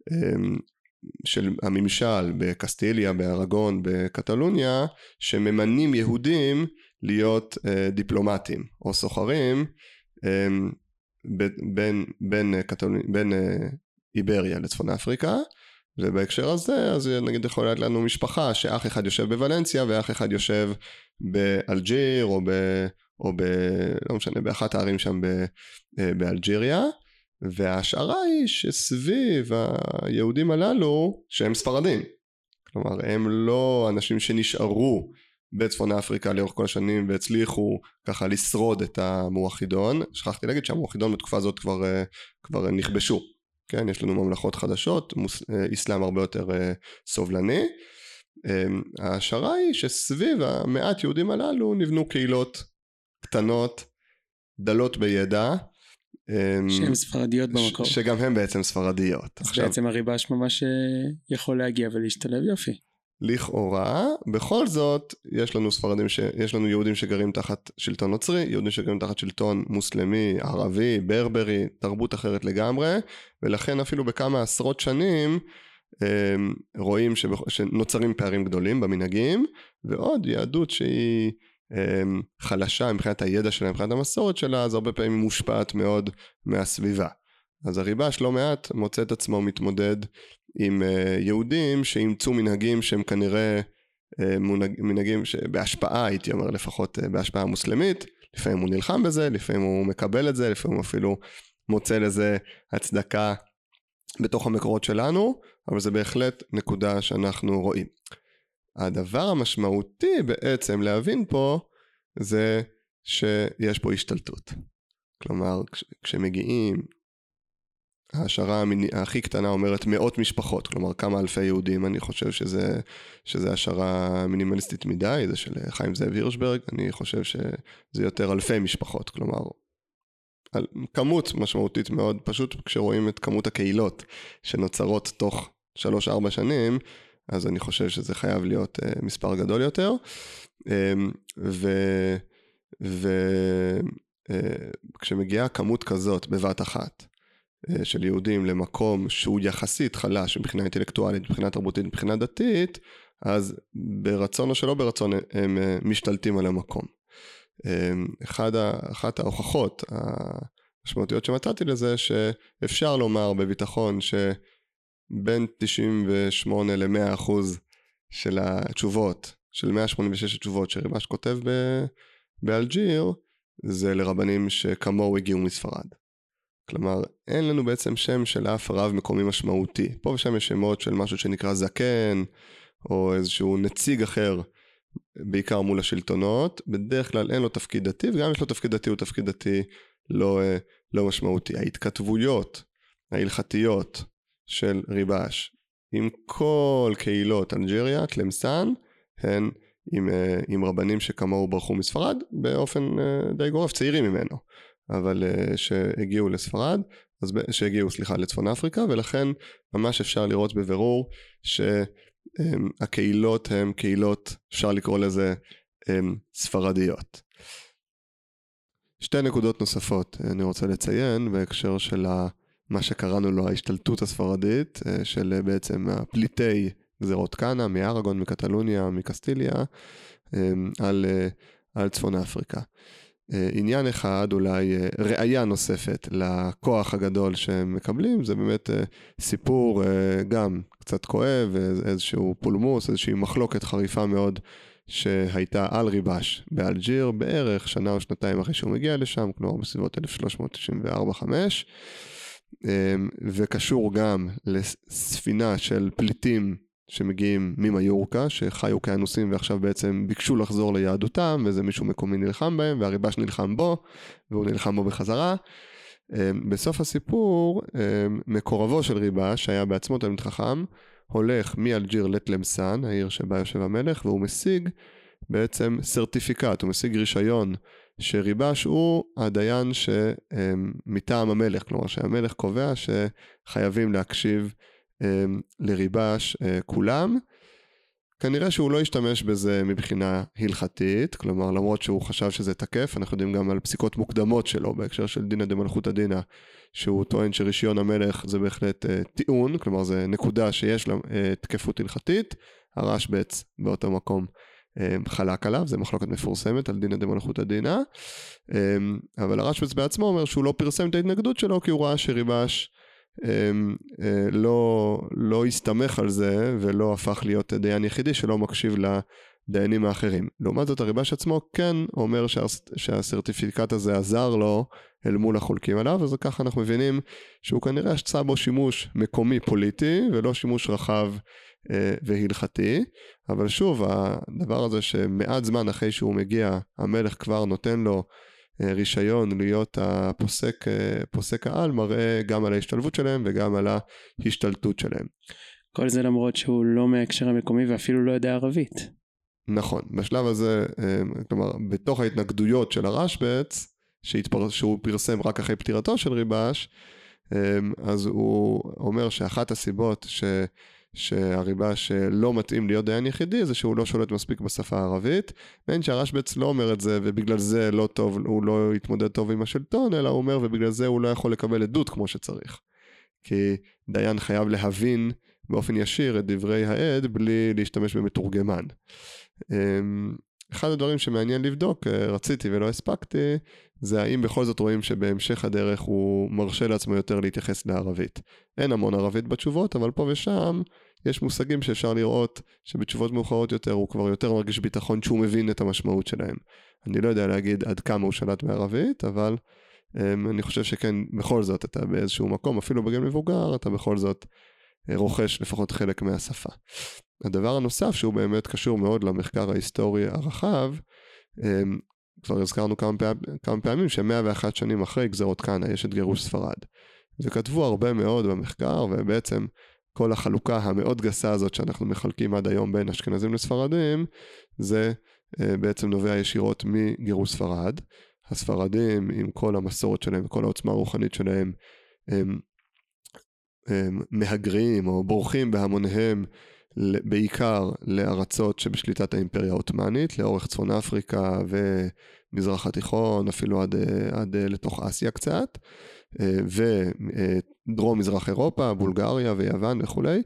הממשל בקסטיליה, בארגון, בקטלוניה, שממנים יהודים להיות דיפלומטים או סוחרים בין איבריה לצפון אפריקה, ובהקשר הזה אז נגיד יכול להיות לנו משפחה שאח אחד יושב בוולנסיה ואח אחד יושב באלג'יר לא משנה, באחת הערים שם באלג'יריה, וההשערה היא שסביב היהודים הללו שהם ספרדים, כלומר הם לא אנשים שנשארו בצפון אפריקה לאורך כל השנים והצליחו ככה לשרוד את המואחידון, שכחתי להגיד שהמואחידון בתקופה הזאת כבר נכבשו, כן, יש לנו ממלכות חדשות, אסלאם הרבה יותר סובלני, ההשערה היא שסביב המעט יהודים הללו נבנו קהילות קטנות, דלות בידע, שהן ספרדיות במקור. שגם הן בעצם ספרדיות. אז בעצם הריב"ש ממש יכול להגיע ולהשתלב יופי. לכאורה, בכל זאת, יש לנו יהודים שגרים תחת שלטון נוצרי, יהודים שגרים תחת שלטון מוסלמי, ערבי, ברברי, תרבות אחרת לגמרי, ולכן אפילו בכמה עשרות שנים, רואים שנוצרים פערים גדולים במנהגים, ועוד יהדות שהיא חלשה מבחינת הידע שלה, מבחינת המסורת שלה, אז הרבה פעמים מושפעת מאוד מהסביבה. אז הריב"ש לא מעט מוצא את עצמו מתמודד עם יהודים שאימצו מנהגים שהם כנראה מנהגים שבהשפעה, הייתי אומר לפחות בהשפעה מוסלמית, לפעמים הוא נלחם בזה, לפעמים הוא מקבל את זה, לפעמים הוא אפילו מוצא לזה הצדקה בתוך המקורות שלנו, אבל זה בהחלט נקודה שאנחנו רואים. הדבר המשמעותי בעצם להבין פה זה שיש פה השתלטות. כלומר, כשמגיעים, ההשערה הכי קטנה אומרת מאות משפחות, כלומר כמה אלפי יהודים, אני חושב שזה השערה מינימליסטית מדי, זה של חיים זאב הירשברג, אני חושב שזה יותר אלפי משפחות, כלומר כמות משמעותית מאוד, פשוט כשרואים את כמות הקהילות שנוצרות תוך 3-4 שנים, אז אני חושב שזה חייב להיות מספר גדול יותר, כשמגיעה כמות כזאת בבת אחת, של יהודים למקום שהוא יחסית חלש מבחינה אינטלקטואלית, מבחינה תרבותית, מבחינה דתית, אז ברצון או שלא ברצון הם משתלטים על המקום. אחת ההוכחות המשמעותיות שמצאתי לזה, שאפשר לומר בביטחון שבין 98 ל-100% של התשובות, של 186 התשובות שריבש כותב באלג'יר, זה לרבנים שכמוהו הגיעו מספרד. כלומר, אין לנו בעצם שם של אף רב מקומי משמעותי. פה ושם יש שמות של משהו שנקרא זקן, או איזשהו נציג אחר, בעיקר מול השלטונות. בדרך כלל אין לו תפקיד דתי, וגם יש לו תפקיד דתי, הוא תפקיד דתי לא משמעותי. ההתכתבויות ההלכתיות של ריבש, עם כל קהילות אלג'יריה, תלמסן, הן עם רבנים שכמוהו ברחו מספרד, באופן די גורף, צעירים ממנו. אבל שהגיעו לספרד, לצפון אפריקה, ולכן ממש אפשר לראות בבירור שהקהילות הן קהילות, אפשר לקרוא לזה ספרדיות. שתי נקודות נוספות אני רוצה לציין, בהקשר של מה שקראנו לו ההשתלטות הספרדית, של בעצם הפליטי גזירות קאנה, מארגון, מקטלוניה, מקסטיליה, על צפון אפריקה. עניין אחד, אולי ראיה נוספת לכוח הגדול שהם מקבלים, זה באמת סיפור גם קצת כואב, איזשהו פולמוס, איזושהי מחלוקת חריפה מאוד שהייתה על ריבש באלג'יר, בערך שנה או שנתיים אחרי שהוא מגיע לשם, כלומר בסביבות 1394-5, וקשור גם לספינה של פליטים שמגיעים ממיורקה, שחיו כאנוסים ועכשיו בעצם ביקשו לחזור ליהדותם, ואיזה מישהו מקומי נלחם בהם, והריבש נלחם בו, והוא נלחם בו בחזרה. בסוף הסיפור, מקורבו של ריבש, שהיה בעצמו תלמיד חכם, הולך מאלג'יר לתלמסן, העיר שבה יושב המלך, והוא משיג בעצם סרטיפיקט, הוא משיג רישיון, שריבש הוא הדיין שמטעם המלך, כלומר שהמלך קובע שחייבים להקשיב לריבש כולם. כנראה שהוא לא השתמש בזה מבחינה הלכתית, כלומר למרות שהוא חשב שזה תקף, אנחנו יודעים גם על פסיקות מוקדמות שלו בהקשר של דינא דמלכותא דינא, שהוא טוען שרישיון המלך זה בהחלט טיעון, כלומר זה נקודה שיש לה תקפות הלכתית. הרשב"ץ באותו מקום חלק עליו, זה מחלוקת מפורסמת על דינא דמלכותא דינא, אבל הרשב"ץ בעצמו אומר שהוא לא פרסם את ההתנגדות שלו, כי הוא ראה שריבש לא הסתמך על זה, ולא הפך להיות דיין יחידי שלא מקשיב לדיינים האחרים. לעומת זאת הריבש עצמו כן אומר שהסרטיפיקט הזה עזר לו אל מול החולקים עליו, אז ככה אנחנו מבינים שהוא כנראה עשה בו שימוש מקומי פוליטי, ולא שימוש רחב והלכתי. אבל שוב, הדבר הזה שמעט זמן אחרי שהוא מגיע, המלך כבר נותן לו רישיון להיות פוסק העל, מראה גם על ההשתלבות שלהם וגם על ההשתלטות שלהם. כל זה למרות שהוא לא מההקשר המקומי ואפילו לא יודע ערבית. נכון, בשלב הזה, כלומר, בתוך ההתנגדויות של הרשב"ץ, שהוא פרסם רק אחרי פטירתו של ריבש, אז הוא אומר שאחת הסיבות שהריבש לא מתאים להיות דיין יחידי, זה שהוא לא שולט מספיק בשפה הערבית, ואין שהרשב"ץ לא אומר את זה, ובגלל זה לא טוב, הוא לא יתמודד טוב עם השלטון, אלא הוא אומר, ובגלל זה הוא לא יכול לקבל עדות כמו שצריך. כי דיין חייב להבין באופן ישיר את דברי העד, בלי להשתמש במתורגמן. אחד הדברים שמעניין לבדוק, רציתי ולא הספקתי, זה האם בכל זאת רואים שבהמשך הדרך הוא מרשה לעצמו יותר להתייחס לערבית. אין המון ערבית בתשובות, אבל פה ושם יש מושגים שאפשר לראות שבתשובות מאוחרות יותר הוא כבר יותר מרגיש ביטחון שהוא מבין את המשמעות שלהם. אני לא יודע להגיד עד כמה הוא שלט בערבית, אבל אני חושב שכן, בכל זאת אתה באיזשהו מקום, אפילו בגיל מבוגר, אתה בכל זאת רוכש לפחות חלק מהשפה. הדבר הנוסף שהוא באמת קשור מאוד למחקר ההיסטורי הרחב, כבר הזכרנו כמה פעמים ש101 שנים אחרי גזירות קאנה יש את גירוש ספרד. וכתבו הרבה מאוד במחקר, ובעצם כל החלוקה המאוד גסה הזאת שאנחנו מחלקים עד היום בין אשכנזים לספרדים, זה בעצם נובע ישירות מגירוש ספרד. הספרדים עם כל המסורת שלהם וכל העוצמה הרוחנית שלהם, הם מהגרים או בורחים בהמוניהם בעיקר לארצות שבשליטת האימפריה העות'מאנית, לאורך צפון אפריקה מזרח התיכון, אפילו עד לתוך אסיה קצת, ודרום מזרח אירופה, בולגריה ויוון וכולי,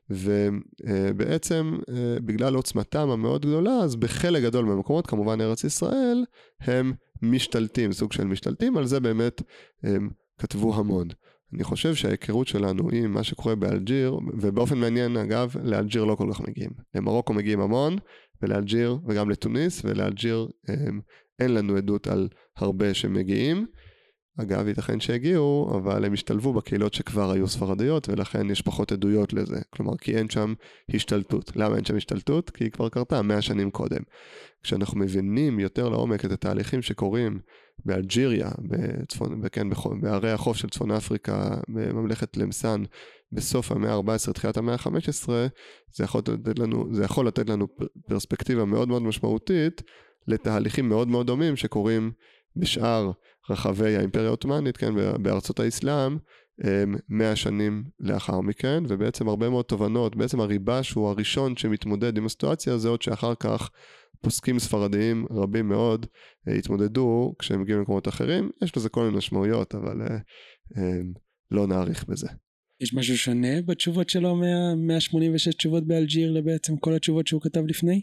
ובעצם בגלל עוצמתם המאוד גדולה, אז בחלק גדול מהמקומות, כמובן ארץ ישראל, הם משתלטים, סוג של משתלטים, על זה באמת הם כתבו המון. אני חושב שההיכרות שלנו עם מה שקורה באלג'יר, ובאופן מעניין אגב, לאלג'יר לא כל כך מגיעים. למרוקו מגיעים המון, ולאלג'יר וגם לתוניס, ולאלג'יר אין לנו עדות על הרבה שמגיעים. אגב, ייתכן שהגיעו, אבל הם השתלבו בקהילות שכבר היו ספרדיות, ולכן יש פחות עדויות לזה. כלומר, כי אין שם השתלטות. למה אין שם השתלטות? כי היא כבר קרתה 100 שנים קודם. כשאנחנו מבינים יותר לעומק את התהליכים שקורים באלג'יריה, בערי החוף של צפון אפריקה, בממלכת למסן, בסוף המאה ה-14, תחילת המאה ה-15, זה יכול לתת לנו פרספקטיבה מאוד מאוד משמעותית, לתהליכים מאוד מאוד דומים שקורים בשאר רחבי האימפריה העות'מאנית, כן, בארצות האסלאם, 100 שנים לאחר מכן, ובעצם הרבה מאוד תובנות, בעצם הריבש הוא הראשון שמתמודד עם הסיטואציה הזאת, שאחר כך פוסקים ספרדיים רבים מאוד התמודדו כשהם מגיעים למקומות אחרים. יש לזה כל מיני משמעויות, אבל לא נאריך בזה. יש משהו שונה בתשובות שלו מה-186 תשובות באלג'יר לבעצם כל התשובות שהוא כתב לפני?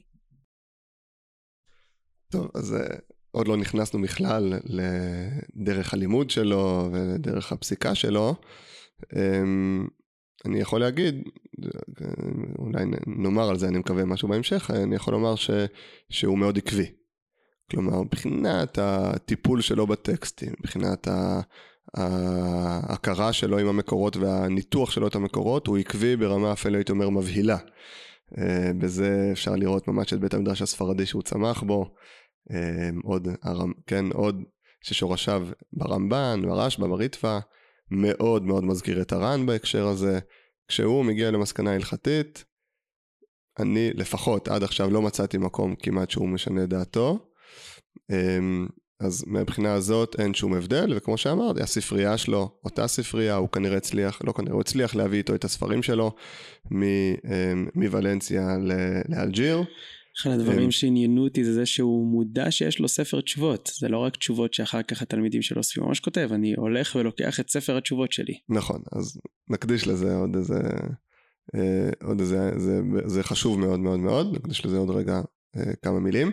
טוב, אז עוד לא נכנסנו בכלל לדרך הלימוד שלו ודרך הפסיקה שלו. אני יכול להגיד, אולי נאמר על זה, אני מקווה משהו בהמשך, אני יכול לומר שהוא מאוד עקבי. כלומר, מבחינת הטיפול שלו בטקסטים, מבחינת ההכרה שלו עם המקורות והניתוח שלו את המקורות, הוא עקבי ברמה אפילו הייתי אומר מבהילה. בזה אפשר לראות ממש את בית המדרש הספרדי שהוא צמח בו, עוד ששורשיו ברמב"ן, ברשב"א, בריטב"א, מאוד מאוד מזכיר את הר"ן בהקשר הזה. כשהוא מגיע למסקנה הלכתית, אני לפחות עד עכשיו לא מצאתי מקום כמעט שהוא משנה דעתו, אז מהבחינה הזאת אין שום הבדל, וכמו שאמרתי, הספרייה שלו, אותה ספרייה, הוא כנראה הצליח, לא כנראה, הוא הצליח להביא איתו את הספרים שלו מוולנסיה לאלג'יר. אחד הדברים שעניינו אותי זה שהוא מודע שיש לו ספר תשובות, זה לא רק תשובות שאחר כך התלמידים שלו סביבו, ממש כותב, אני הולך ולוקח את ספר התשובות שלי. נכון, אז נקדיש לזה עוד איזה, זה חשוב מאוד מאוד מאוד, נקדיש לזה עוד רגע כמה מילים.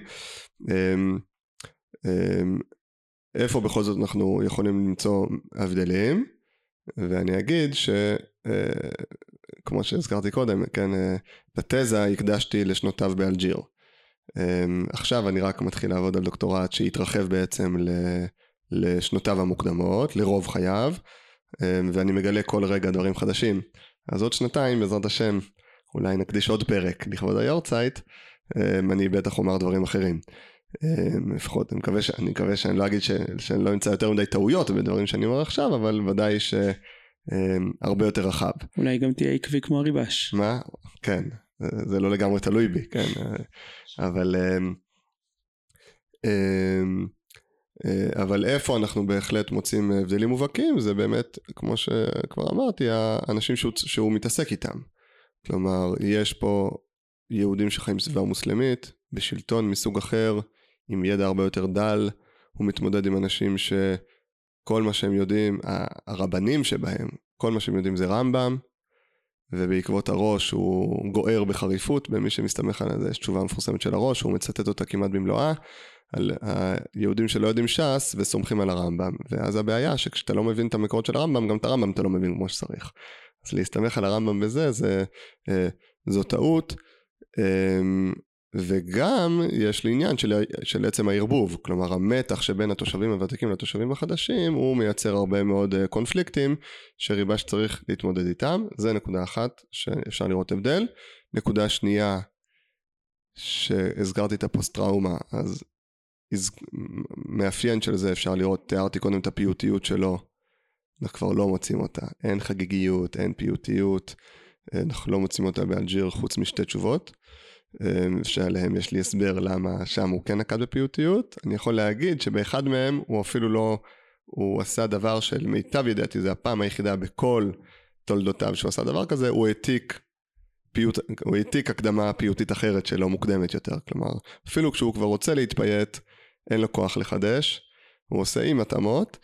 איפה בכל זאת אנחנו יכולים למצוא הבדלים, ואני אגיד כמו שהזכרתי קודם, כן, בתזה הקדשתי לשנותיו באלג'יר. עכשיו אני רק מתחיל לעבוד על דוקטורט שהתרחב בעצם לשנותיו המוקדמות, לרוב חייו, ואני מגלה כל רגע דברים חדשים. אז עוד שנתיים בעזרת השם, אולי נקדיש עוד פרק לכבוד היורצייט, אני בטח אומר דברים אחרים. לפחות אני מקווה שאני לא אגיד שאני לא אמצא יותר מדי טעויות בדברים שאני אומר עכשיו, אבל ודאי הרבה יותר רחב. אולי גם תהיה עקבי כמו הריבש. מה? כן, זה לא לגמרי תלוי בי, כן. אבל איפה אנחנו בהחלט מוצאים הבדלים מובהקים, זה באמת, כמו שכבר אמרתי, האנשים שהוא מתעסק איתם. כלומר, יש פה יהודים שחיים סביבה מוסלמית, בשלטון מסוג אחר, עם ידע הרבה יותר דל, הוא מתמודד עם אנשים שכל מה שהם יודעים, הרבנים שבהם, כל מה שהם יודעים זה רמב"ם, ובעקבות הראש הוא גוער בחריפות, במי שמסתמך על זה, יש תשובה מפורסמת של הראש, הוא מצטט אותה כמעט במלואה, על היהודים שלא יודעים ש"ס וסומכים על הרמב"ם, ואז הבעיה שכשאתה לא מבין את המקורות של הרמב"ם, גם את הרמב"ם אתה לא מבין כמו שצריך. אז להסתמך על הרמב"ם בזה, זו טעות, וגם יש לי עניין של עצם הערבוב, כלומר המתח שבין התושבים הוותיקים לתושבים החדשים, הוא מייצר הרבה מאוד קונפליקטים, שריבש צריך להתמודד איתם. זה נקודה אחת שאפשר לראות הבדל. נקודה שנייה, שהזכרתי את הפוסט-טראומה, אז מאפיין של זה אפשר לראות, תיארתי קודם את הפיוטיות שלו, אנחנו כבר לא מוצאים אותה, אין חגיגיות, אין פיוטיות, אנחנו לא מוצאים אותה באלג'יר חוץ משתי תשובות, שעליהם יש לי הסבר למה שם הוא כן נקט בפיוטיות. אני יכול להגיד שבאחד מהם הוא אפילו לא, הוא עשה דבר של מיטב ידיעתי, זה הפעם היחידה בכל תולדותיו שהוא עשה דבר כזה, הוא העתיק הקדמה פיוטית אחרת שלא מוקדמת יותר, כלומר אפילו כשהוא כבר רוצה להתפייט, אין לו כוח לחדש, הוא עושה עם התאמות,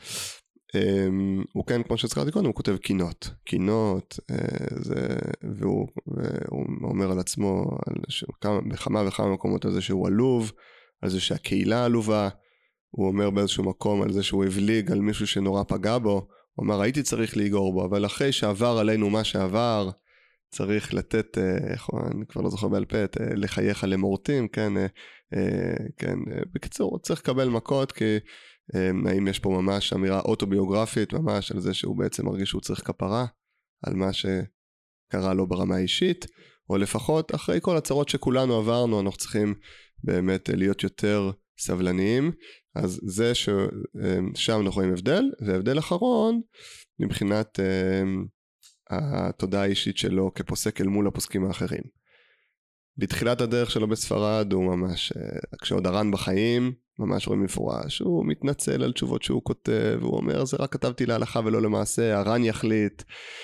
הוא כן, כמו שהזכרתי קודם, הוא כותב קינות, והוא אומר על עצמו, בכמה וכמה מקומות על זה שהוא עלוב, על זה שהקהילה עלובה, הוא אומר באיזשהו מקום על זה שהוא הבליג על מישהו שנורא פגע בו, הוא אמר הייתי צריך להיגור בו, אבל אחרי שעבר עלינו מה שעבר, צריך לתת, אני כבר לא זוכר בעל פה, לחייך על למורטים, כן, בקיצור, צריך לקבל מכות, כי האם יש פה ממש אמירה אוטוביוגרפית, ממש על זה שהוא בעצם מרגיש שהוא צריך כפרה, על מה שקרה לו ברמה האישית, או לפחות אחרי כל הצרות שכולנו עברנו, אנחנו צריכים באמת להיות יותר סבלניים, אז זה ששם אנחנו רואים הבדל, והבדל אחרון, מבחינת התודעה האישית שלו כפוסק אל מול הפוסקים האחרים. בתחילת הדרך שלו בספרד הוא ממש, כשעוד הר"ן בחיים, ממש רואים מפורש, הוא מתנצל על תשובות שהוא כותב, הוא אומר זה רק כתבתי להלכה ולא למעשה, הר"ן יחליט,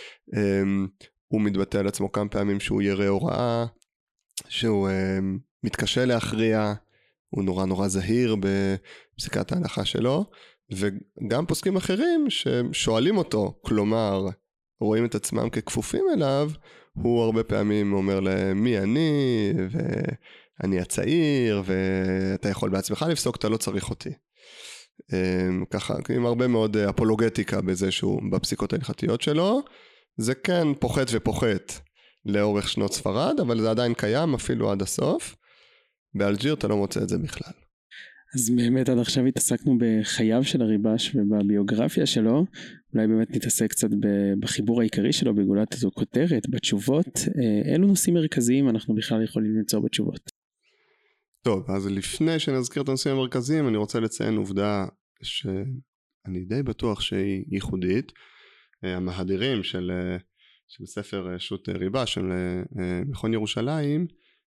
הוא מתבטא על עצמו כמה פעמים שהוא ירא הוראה, שהוא מתקשה להכריע, הוא נורא זהיר בפסיקת ההלכה שלו, וגם פוסקים אחרים ששואלים אותו, כלומר, רואים את עצמם ככפופים אליו, הוא הרבה פעמים אומר להם, מי אני, ואני הצעיר, ואתה יכול בעצמך לפסוק, אתה לא צריך אותי. ככה, עם הרבה מאוד אפולוגטיקה בזה שהוא, בפסיקות ההלכתיות שלו, זה כן פוחת ופוחת לאורך שנות ספרד, אבל זה עדיין קיים אפילו עד הסוף. באלג'יר אתה לא מוצא את זה בכלל. אז באמת עד עכשיו התעסקנו בחייו של הריבש ובביוגרפיה שלו, אולי באמת נתעסק קצת בחיבור העיקרי שלו, בגולת הזו כותרת, בתשובות, אילו נושאים מרכזיים אנחנו בכלל יכולים למצוא בתשובות? טוב, אז לפני שנזכיר את הנושאים המרכזיים, אני רוצה לציין עובדה שאני די בטוח שהיא ייחודית, המהדרים של ספר שו"ת ריבש של מכון ירושלים,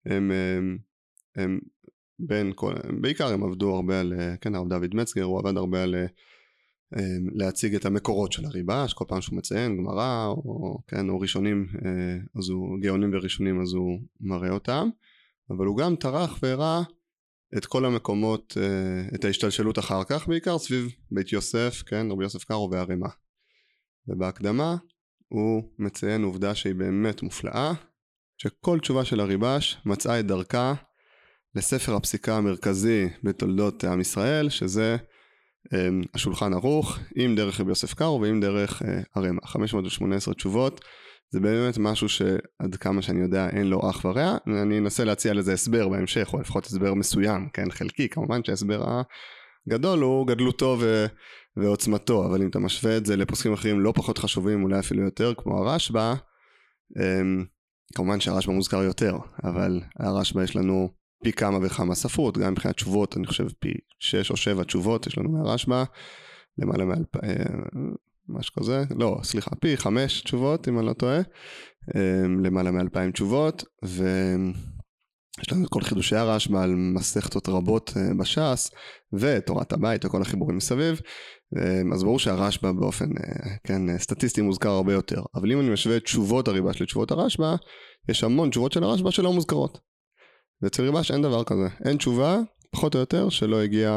הם בעיקר הם עבדו הרבה על, כן, הרב דוד מצגר, הוא עבד הרבה על להציג את המקורות של הריבש, כל פעם שהוא מציין גמרא, או, כן, או ראשונים, אז הוא גאונים וראשונים, אז הוא מראה אותם, אבל הוא גם טרח והראה את כל המקומות, את ההשתלשלות אחר כך, בעיקר סביב בית יוסף, כן, רבי יוסף קארו והרמ"א. ובהקדמה הוא מציין עובדה שהיא באמת מופלאה, שכל תשובה של הריבש מצאה את דרכה לספר הפסיקה המרכזי בתולדות עם ישראל, שזה השולחן ערוך, עם דרך רבי יוסף קארו ועם דרך הרמ"א. 518 תשובות, זה באמת משהו שעד כמה שאני יודע אין לו אח ורע, אני אנסה להציע לזה הסבר בהמשך, או לפחות הסבר מסוים, כן, חלקי, כמובן שההסבר הגדול הוא גדלותו ועוצמתו, אבל אם אתה משווה את זה לפוסקים אחרים לא פחות חשובים, אולי אפילו יותר, כמו הרשב"א, כמובן שהרשב"א מוזכר יותר, אבל הרשב"א יש לנו פי כמה וכמה ספרות, גם מבחינת תשובות, אני חושב פי 6 או 7 תשובות יש לנו מהרשב"א, למעלה משהו כזה, לא, סליחה, פי 5 תשובות, אם אני לא טועה, למעלה מ2,000 תשובות, ויש לנו את כל חידושי הרשב"א על מסכתות רבות בש"ס, ותורת הבית וכל החיבורים מסביב, אז ברור שהרשב"א באופן, כן, סטטיסטי מוזכר הרבה יותר, אבל אם אני משווה את תשובות הריבש לתשובות הרשב"א, יש המון תשובות של הרשב"א שלא מוזכרות. ואצל ריבש אין דבר כזה, אין תשובה, פחות או יותר, שלא הגיע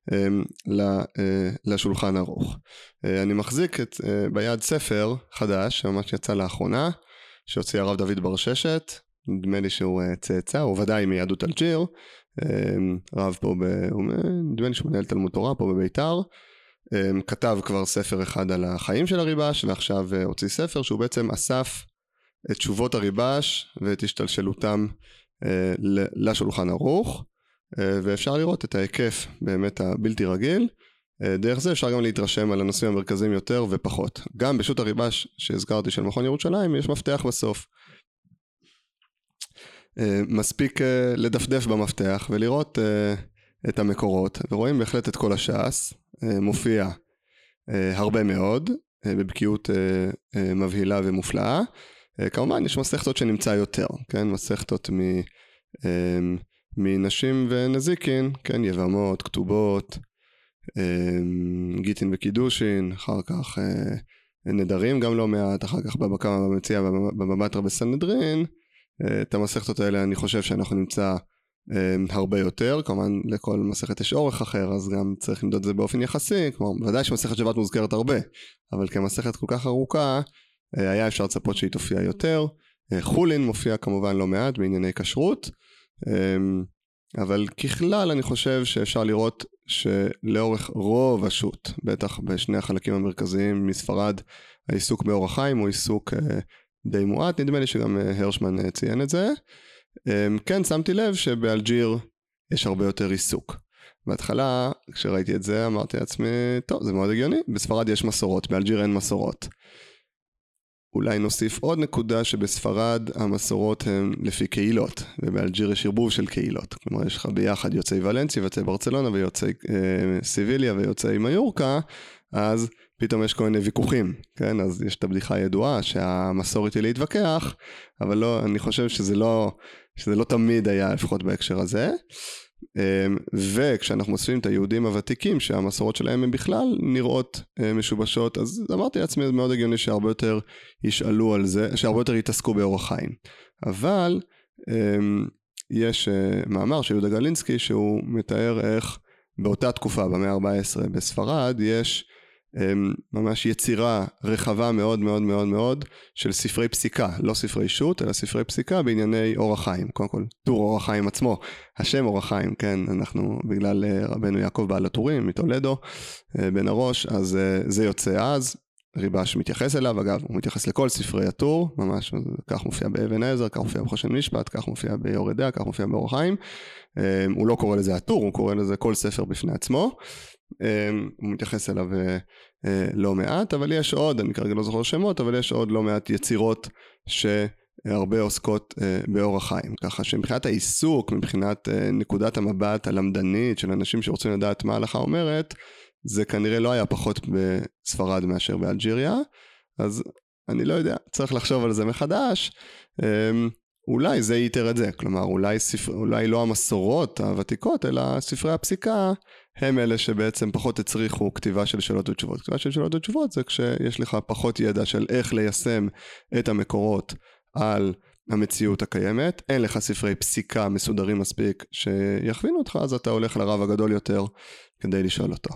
לשולחן ערוך. אני מחזיק ביד ספר חדש, שממש יצא לאחרונה, שהוציא הרב דוד בר ששת, נדמה לי שהוא צאצא, הוא ודאי מיהדות אלג'יר, רב פה, נדמה לי שהוא מנהל תלמוד תורה פה בביתר, כתב כבר ספר אחד על החיים של הריבש, ועכשיו הוציא ספר שהוא בעצם אסף את תשובות הריבש ואת השתלשלותם לשולחן ערוך, ואפשר לראות את ההיקף באמת הבלתי רגיל. דרך זה אפשר גם להתרשם על הנושאים המרכזיים יותר ופחות. גם בשו"ת הריבש שהזכרתי של מכון ירושלים יש מפתח בסוף. מספיק לדפדף במפתח ולראות את המקורות, ורואים בהחלט את כל הש"ס, מופיע הרבה מאוד, בבקיאות מבהילה ומופלאה. כמובן יש מסכתות שנמצא יותר, כן, מסכתות מנשים ונזיקין, כן, יבמות, כתובות, גיטין וקידושין, אחר כך נדרים גם לא מעט, אחר כך בבא קמא במציאה בבא בתרא בסנהדרין. את המסכתות האלה אני חושב שאנחנו נמצא הרבה יותר, כמובן לכל מסכת יש אורך אחר, אז גם צריך למדוד את זה באופן יחסי, כמו ודאי שמסכת שבת מוזכרת הרבה, אבל כמסכת כל כך ארוכה, היה אפשר לצפות שהיא תופיע יותר, חולין מופיע כמובן לא מעט בענייני כשרות, אבל ככלל אני חושב שאפשר לראות שלאורך רוב השו"ת, בטח בשני החלקים המרכזיים מספרד, העיסוק באורח חיים הוא עיסוק די מועט, נדמה לי שגם הרשמן ציין את זה. כן, שמתי לב שבאלג'יר יש הרבה יותר עיסוק. בהתחלה, כשראיתי את זה, אמרתי לעצמי, טוב, זה מאוד הגיוני, בספרד יש מסורות, באלג'יר אין מסורות. אולי נוסיף עוד נקודה שבספרד המסורות הן לפי קהילות, ובאלג'יר יש ערבוב של קהילות. כלומר, יש לך ביחד יוצאי ולנסיה, ויוצאי ברצלונה, ויוצאי סיביליה, ויוצאי מיורקה, אז פתאום יש כל מיני ויכוחים, כן? אז יש את הבדיחה הידועה שהמסורת היא להתווכח, אבל לא, אני חושב שזה לא תמיד היה, לפחות בהקשר הזה. וכשאנחנו מוסיפים את היהודים הוותיקים שהמסורות שלהם הם בכלל נראות משובשות, אז אמרתי לעצמי זה מאוד הגיוני שהרבה יותר ישאלו על זה, שהרבה יותר יתעסקו באורח חיים. אבל יש מאמר של יהודה גלינסקי שהוא מתאר איך באותה תקופה במאה ה-14 בספרד יש ממש יצירה רחבה מאוד מאוד מאוד מאוד של ספרי פסיקה, לא ספרי שו"ת אלא ספרי פסיקה בענייני אורח חיים. קודם כל טור אורח חיים עצמו, השם אורח חיים, כן, אנחנו בגלל רבנו יעקב בעל הטורים מתולדו בן הראש, אז זה יוצא אז, ריבש מתייחס אליו, אגב הוא מתייחס לכל ספרי הטור, ממש כך מופיע באבן עזר, כך מופיע בחושן משפט, כך מופיע ביורדיה, כך מופיע באורח חיים. הוא לא קורא לזה הטור, הוא קורא לזה כל ספר בפני עצמו, הוא מתייחס אליו לא מעט, אבל יש עוד, אני כרגע לא זוכר שמות, אבל יש עוד לא מעט יצירות שהרבה עוסקות באורח חיים, ככה שמבחינת העיסוק, מבחינת נקודת המבט הלמדנית של אנשים שרוצים לדעת מה ההלכה אומרת, זה כנראה לא היה פחות בספרד מאשר באלג'יריה, אז אני לא יודע, צריך לחשוב על זה מחדש. אולי זה ייתר את זה, כלומר אולי לא המסורות הוותיקות, אלא ספרי הפסיקה הם אלה שבעצם פחות הצריכו כתיבה של שאלות ותשובות. כתיבה של שאלות ותשובות זה כשיש לך פחות ידע של איך ליישם את המקורות על המציאות הקיימת, אין לך ספרי פסיקה מסודרים מספיק שיכווינו אותך, אז אתה הולך לרב הגדול יותר כדי לשאול אותו.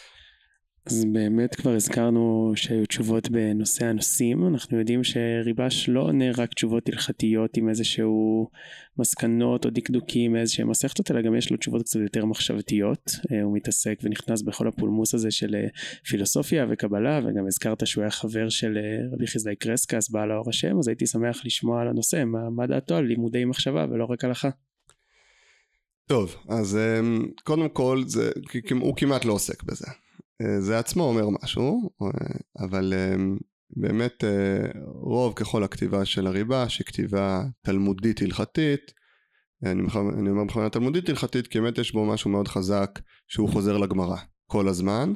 אז באמת כבר הזכרנו שהיו תשובות בנושא הנושאים, אנחנו יודעים שריבש לא עונה רק תשובות הלכתיות עם איזשהו מסקנות או דקדוקים מאיזשהם מסכתות, אלא גם יש לו תשובות קצת יותר מחשבתיות, הוא מתעסק ונכנס בכל הפולמוס הזה של פילוסופיה וקבלה, וגם הזכרת שהוא היה חבר של רבי חזדאי קרסקס, בעל האור השם, אז הייתי שמח לשמוע על הנושא, מה דעתו על לימודי מחשבה ולא רק הלכה. טוב, אז קודם כל הוא כמעט לא עוסק בזה. זה עצמו אומר משהו, אבל באמת רוב ככל הכתיבה של הריבש היא כתיבה תלמודית הלכתית. אני אומר בכוונה תלמודית הלכתית כי באמת יש בו משהו מאוד חזק שהוא חוזר לגמרא כל הזמן.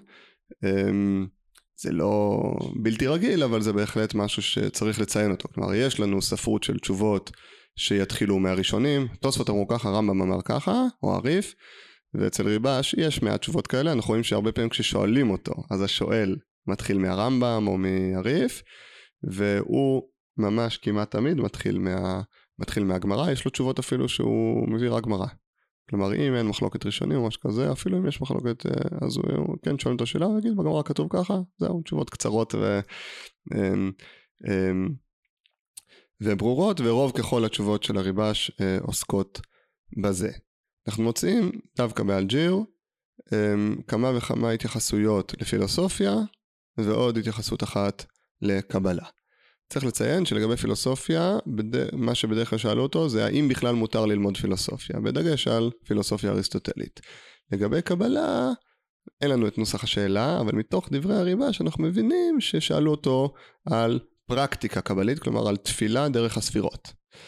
זה לא בלתי רגיל, אבל זה בהחלט משהו שצריך לציין אותו. כלומר יש לנו ספרות של תשובות שיתחילו מהראשונים, תוספות אמרו ככה, רמב"ם אמר ככה, או עריף, ואצל ריבש יש מעט תשובות כאלה. אנחנו רואים שהרבה פעמים כששואלים אותו, אז השואל מתחיל מהרמב"ם או מעריף, והוא ממש כמעט תמיד מתחיל מהגמרא, יש לו תשובות אפילו שהוא מביא רק גמרא. כלומר, אם אין מחלוקת ראשונים או משהו כזה, אפילו אם יש מחלוקת, אז הוא כן שואל אותו שאלה, ויגיד, בגמרא כתוב ככה, זהו, תשובות קצרות וברורות, ורוב ככל התשובות של הריבש עוסקות בזה. אנחנו מוצאים דווקא באלג'יר כמה וכמה התייחסויות לפילוסופיה ועוד התייחסות אחת לקבלה. צריך לציין שלגבי פילוסופיה, מה שבדרך כלל שאלו אותו זה האם בכלל מותר ללמוד פילוסופיה, בדגש על פילוסופיה אריסטוטלית. לגבי קבלה אין לנו את נוסח השאלה, אבל מתוך דברי הריבש אנחנו מבינים ששאלו אותו על פרקטיקה קבלית, כלומר על תפילה דרך הספירות.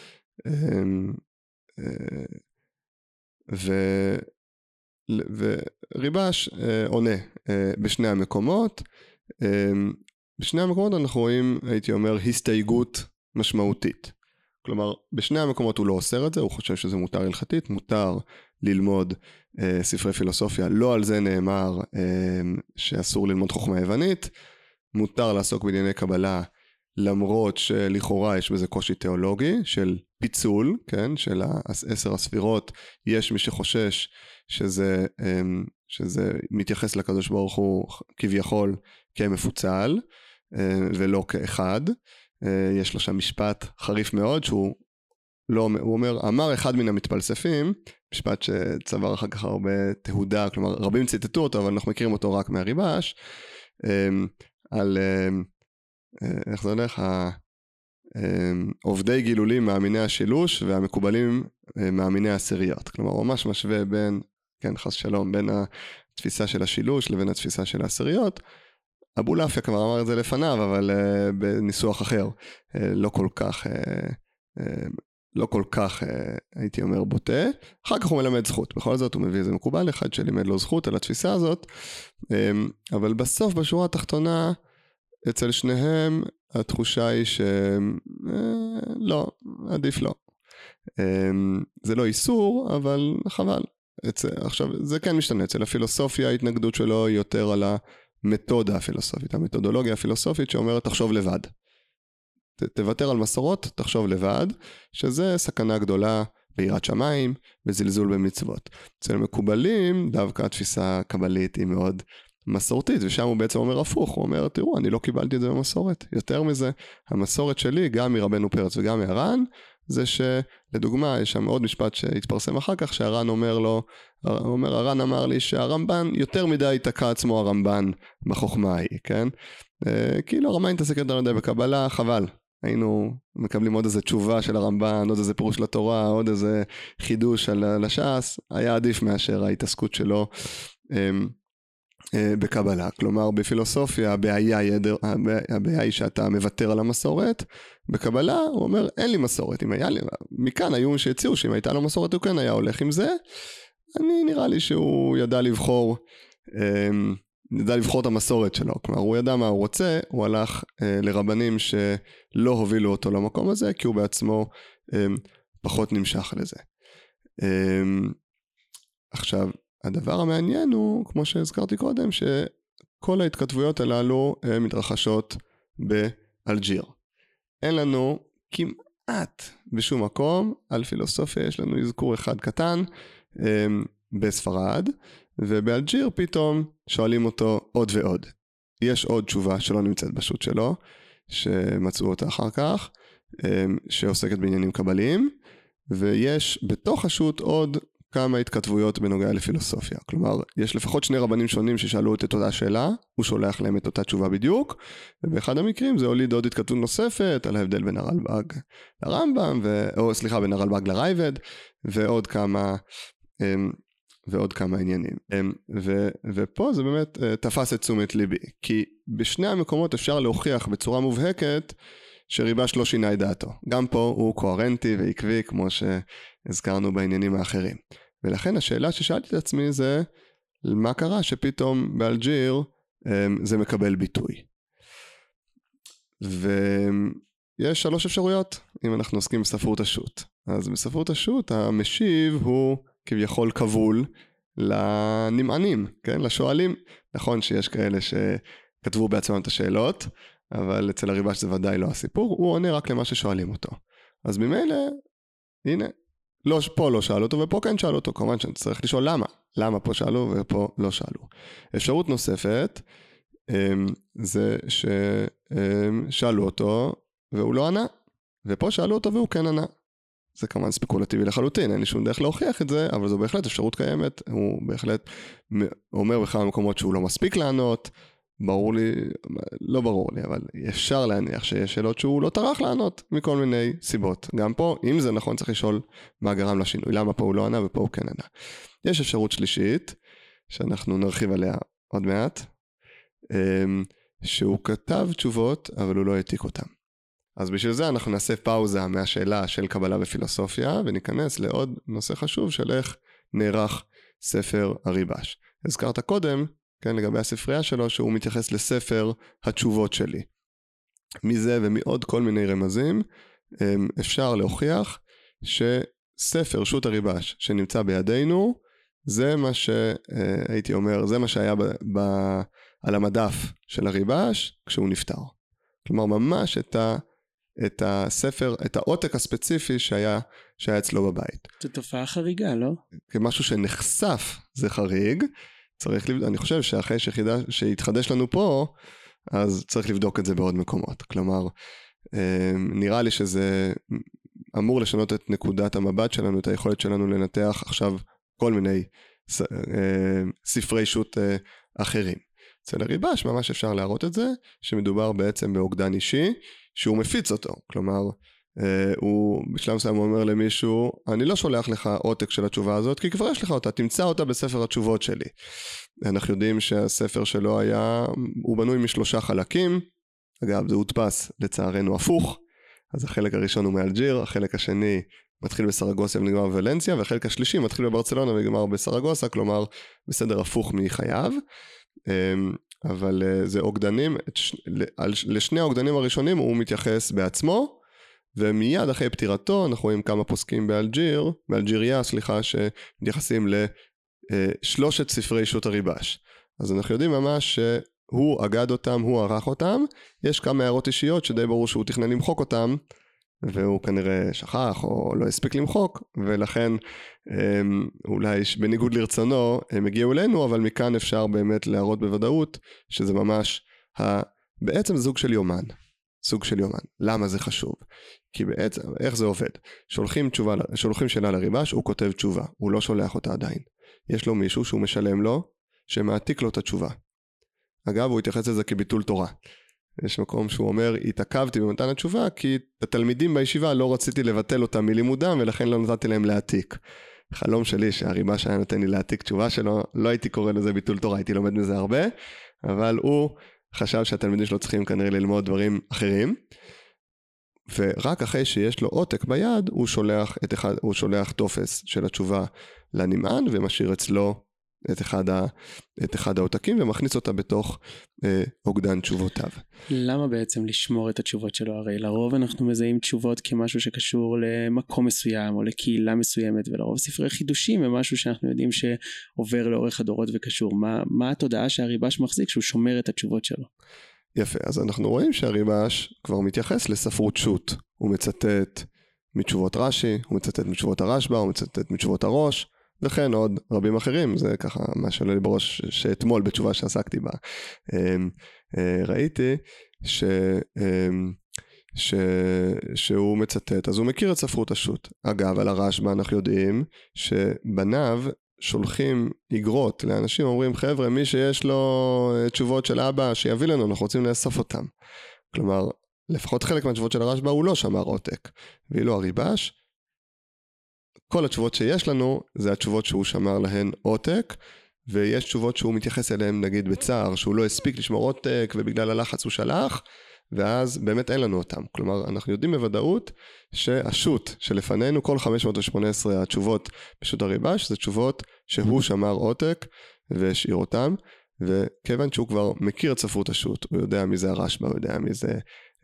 וריבש עונה בשני המקומות. בשני המקומות אנחנו רואים, הייתי אומר, הסתייגות משמעותית. כלומר, בשני המקומות הוא לא אוסר את זה, הוא חושב שזה מותר הלכתית, מותר ללמוד ספרי פילוסופיה, לא על זה נאמר שאסור ללמוד חוכמה יוונית, מותר לעסוק בענייני קבלה למרות שלכאורה יש בזה קושי תיאולוגי של פיצול, כן, של 10 הספירות, יש מי שחושש שזה מתייחס לקדוש ברוך הוא כביכול כמפוצל, ולא כאחד. יש לו שם משפט חריף מאוד, שהוא אומר, אמר אחד מן המתפלספים, משפט שצבר אחר כך הרבה תהודה, כלומר רבים ציטטו אותו, אבל אנחנו מכירים אותו רק מהריבש, על איך זה הולך? עובדי גילולים מאמיני השילוש והמקובלים מאמיני העשיריות. כלומר, הוא ממש משווה בין, כן, חס שלום, בין התפיסה של השילוש לבין התפיסה של העשיריות. אבולעפיה כבר אמר את זה לפניו, אבל בניסוח אחר. לא כל כך, הייתי אומר, בוטה. אחר כך הוא מלמד זכות. בכל זאת הוא מביא איזה מקובל אחד שלימד לו זכות על התפיסה הזאת. אבל בסוף, בשורה התחתונה, אצל שניהם התחושה היא שלא, עדיף לא. זה לא איסור, אבל חבל. עכשיו, זה כן משתנה. אצל הפילוסופיה, ההתנגדות שלו היא יותר על המתודה הפילוסופית, המתודולוגיה הפילוסופית שאומרת תחשוב לבד. תוותר על מסורות, תחשוב לבד, שזה סכנה גדולה ביראת שמיים, בזלזול במצוות. אצל מקובלים, דווקא התפיסה הקבלית היא מאוד מסורתית, ושם הוא בעצם אומר הפוך, הוא אומר, תראו, אני לא קיבלתי את זה במסורת. יותר מזה, המסורת שלי, גם מרבנו פרץ וגם מהר"ן, זה שלדוגמה, יש שם עוד משפט שהתפרסם אחר כך, שהר"ן אומר לו, הר"ן אמר לי שהרמב"ן יותר מדי תקע עצמו הרמב"ן בחוכמה ההיא, כן? כאילו הרמב"ן התעסק יותר מדי בקבלה, חבל. היינו מקבלים עוד איזה תשובה של הרמב"ן, עוד איזה פירוש לתורה, עוד איזה חידוש על הש"ס, היה עדיף מאשר ההתעסקות שלו בקבלה. כלומר, בפילוסופיה הבעיה היא שאתה מוותר על המסורת, בקבלה הוא אומר, אין לי מסורת, אם היה לי, מכאן היו שהציעו שאם הייתה לו מסורת הוא כן היה הולך עם זה, נראה לי שהוא ידע לבחור את המסורת שלו, כלומר הוא ידע מה הוא רוצה, הוא הלך לרבנים שלא הובילו אותו למקום הזה, כי הוא בעצמו פחות נמשך לזה. עכשיו, הדבר המעניין הוא, כמו שהזכרתי קודם, שכל ההתכתבויות הללו מתרחשות באלג'יר. אין לנו כמעט בשום מקום, על פילוסופיה יש לנו אזכור אחד קטן בספרד, ובאלג'יר פתאום שואלים אותו עוד ועוד. יש עוד תשובה שלא נמצאת בשו"ת שלו, שמצאו אותה אחר כך, שעוסקת בעניינים קבליים, ויש בתוך השו"ת עוד כמה התכתבויות בנוגע לפילוסופיה. כלומר, יש לפחות 2 רבנים שונים ששאלו את אותה שאלה, הוא שולח להם את אותה תשובה בדיוק, ובאחד המקרים זה הוליד עוד התכתבות נוספת על ההבדל בין הרלב"ג לרמב"ם, בין הרלב"ג לרייבד, ועוד כמה עניינים. ופה זה באמת תפס את תשומת ליבי, כי בשני המקומות אפשר להוכיח בצורה מובהקת שריבש לא שינה את דעתו. גם פה הוא קוהרנטי ועקבי כמו שהזכרנו בעניינים האחרים. ולכן השאלה ששאלתי את עצמי זה, מה קרה שפתאום באלג'יר זה מקבל ביטוי? ויש 3 אפשרויות אם אנחנו עוסקים בספרות השו"ת. אז בספרות השו"ת המשיב הוא כביכול כבול לנמענים, כן? לשואלים. נכון שיש כאלה שכתבו בעצמם את השאלות, אבל אצל הריבש זה ודאי לא הסיפור, הוא עונה רק למה ששואלים אותו. אז ממילא, הנה, פה לא שאלו אותו ופה כן שאלו אותו, כמובן שצריך לשאול למה פה שאלו ופה לא שאלו. אפשרות נוספת, זה ששאלו אותו והוא לא ענה, ופה שאלו אותו והוא כן ענה. זה כמובן ספקולטיבי לחלוטין, אין לי שום דרך להוכיח את זה, אבל זו בהחלט אפשרות קיימת, הוא בהחלט אומר בכמה מקומות שהוא לא מספיק לענות, לא ברור לי, אבל אפשר להניח שיש שאלות שהוא לא טרח לענות מכל מיני סיבות. גם פה, אם זה נכון, צריך לשאול מה גרם לשינוי, למה פה הוא לא ענה ופה הוא כן ענה. יש אפשרות שלישית, שאנחנו נרחיב עליה עוד מעט, שהוא כתב תשובות, אבל הוא לא העתיק אותן. אז בשביל זה אנחנו נעשה פאוזה מהשאלה של קבלה ופילוסופיה, וניכנס לעוד נושא חשוב של איך נערך ספר הריבש. הזכרת קודם, כן, לגבי הספרייה שלו, שהוא מתייחס לספר התשובות שלי. מזה ומעוד כל מיני רמזים, אפשר להוכיח שספר שו"ת הריבש שנמצא בידינו, זה מה שהייתי אומר, זה מה שהיה על המדף של הריבש כשהוא נפטר. כלומר ממש את הספר, את העותק הספציפי שהיה אצלו בבית. זו תופעה חריגה, לא? כמשהו שנחשף זה חריג, אני חושב שאחרי שהתחדש לנו פה, אז צריך לבדוק את זה בעוד מקומות. כלומר, נראה לי שזה אמור לשנות את נקודת המבט שלנו, את היכולת שלנו לנתח עכשיו כל מיני ספרי שו"ת אחרים. אצל הריב"ש ממש אפשר להראות את זה, שמדובר בעצם באוגדן אישי, שהוא מפיץ אותו. כלומר, הוא בשלב מסוים אומר למישהו, אני לא שולח לך עותק של התשובה הזאת, כי כבר יש לך אותה, תמצא אותה בספר התשובות שלי. אנחנו יודעים שהספר שלו הוא בנוי מ3 חלקים, אגב זה הודפס לצערנו הפוך, אז החלק הראשון הוא מאלג'יר, החלק השני מתחיל בסרגוסה ונגמר בוולנסיה, והחלק השלישי מתחיל בברצלונה ונגמר בסרגוסה, כלומר בסדר הפוך מחייו, אבל זה אוגדנים, לשני האוגדנים הראשונים הוא מתייחס בעצמו, ומיד אחרי פטירתו אנחנו רואים כמה פוסקים באלג'יריה, שמתייחסים ל3 ספרי שו"ת הריב"ש. אז אנחנו יודעים ממש שהוא אגד אותם, הוא ערך אותם, יש כמה הערות אישיות שדי ברור שהוא תכנן למחוק אותם, והוא כנראה שכח או לא הספיק למחוק, ולכן אולי בניגוד לרצונו הם הגיעו אלינו, אבל מכאן אפשר באמת להראות בוודאות שזה ממש בעצם סוג של יומן. למה זה חשוב? כי בעצם, איך זה עובד? שולחים שאלה לריב"ש, הוא כותב תשובה, הוא לא שולח אותה עדיין. יש לו מישהו שהוא משלם לו, שמעתיק לו את התשובה. אגב, הוא התייחס לזה כביטול תורה. יש מקום שהוא אומר, התעכבתי במתן התשובה, כי התלמידים בישיבה לא רציתי לבטל אותם מלימודם, ולכן לא נתתי להם להעתיק. חלום שלי שהריב"ש היה נותן לי להעתיק תשובה שלו, לא הייתי קורא לזה ביטול תורה, הייתי לומד מזה הרבה, אבל הוא חשב שהתלמידים שלו צריכים כנראה ללמוד דברים אחרים, ורק אחרי שיש לו עותק ביד, הוא שולח טופס של התשובה לנמען, ומשאיר אצלו את אחד העותקים, ומכניס אותה בתוך אוגדן תשובותיו. למה בעצם לשמור את התשובות שלו? הרי לרוב אנחנו מזהים תשובות כמשהו שקשור למקום מסוים, או לקהילה מסוימת, ולרוב ספרי חידושים הם משהו שאנחנו יודעים שעובר לאורך הדורות וקשור. מה התודעה שהריב"ש מחזיק שהוא שומר את התשובות שלו? יפה, אז אנחנו רואים שהריב"ש כבר מתייחס לספרות שו"ת. הוא מצטט מתשובות רש"י, הוא מצטט מתשובות הרשב"א, הוא מצטט מתשובות הראש, וכן עוד רבים אחרים. זה ככה מה שעולה לי בראש שאתמול בתשובה שעסקתי בה. ראיתי שהוא מצטט, אז הוא מכיר את ספרות השו"ת. אגב, על הרשב"א אנחנו יודעים שבניו שולחים איגרות לאנשים, אומרים חבר'ה, מי שיש לו תשובות של אבא שיביא לנו, אנחנו רוצים לאסוף אותם. כלומר, לפחות חלק מהתשובות של הרשב"א הוא לא שמר עותק. ואילו הריב"ש, כל התשובות שיש לנו זה התשובות שהוא שמר להן עותק, ויש תשובות שהוא מתייחס אליהן נגיד בצער, שהוא לא הספיק לשמור עותק ובגלל הלחץ הוא שלח, ואז באמת אין לנו אותם. כלומר, אנחנו יודעים בוודאות שהשו"ת שלפנינו, כל 518 התשובות בשו"ת הריב"ש, זה תשובות שהוא שמר עותק והשאיר אותם, וכיוון שהוא כבר מכיר את ספרות השו"ת, הוא יודע מי זה הרשב"א, הוא יודע מי זה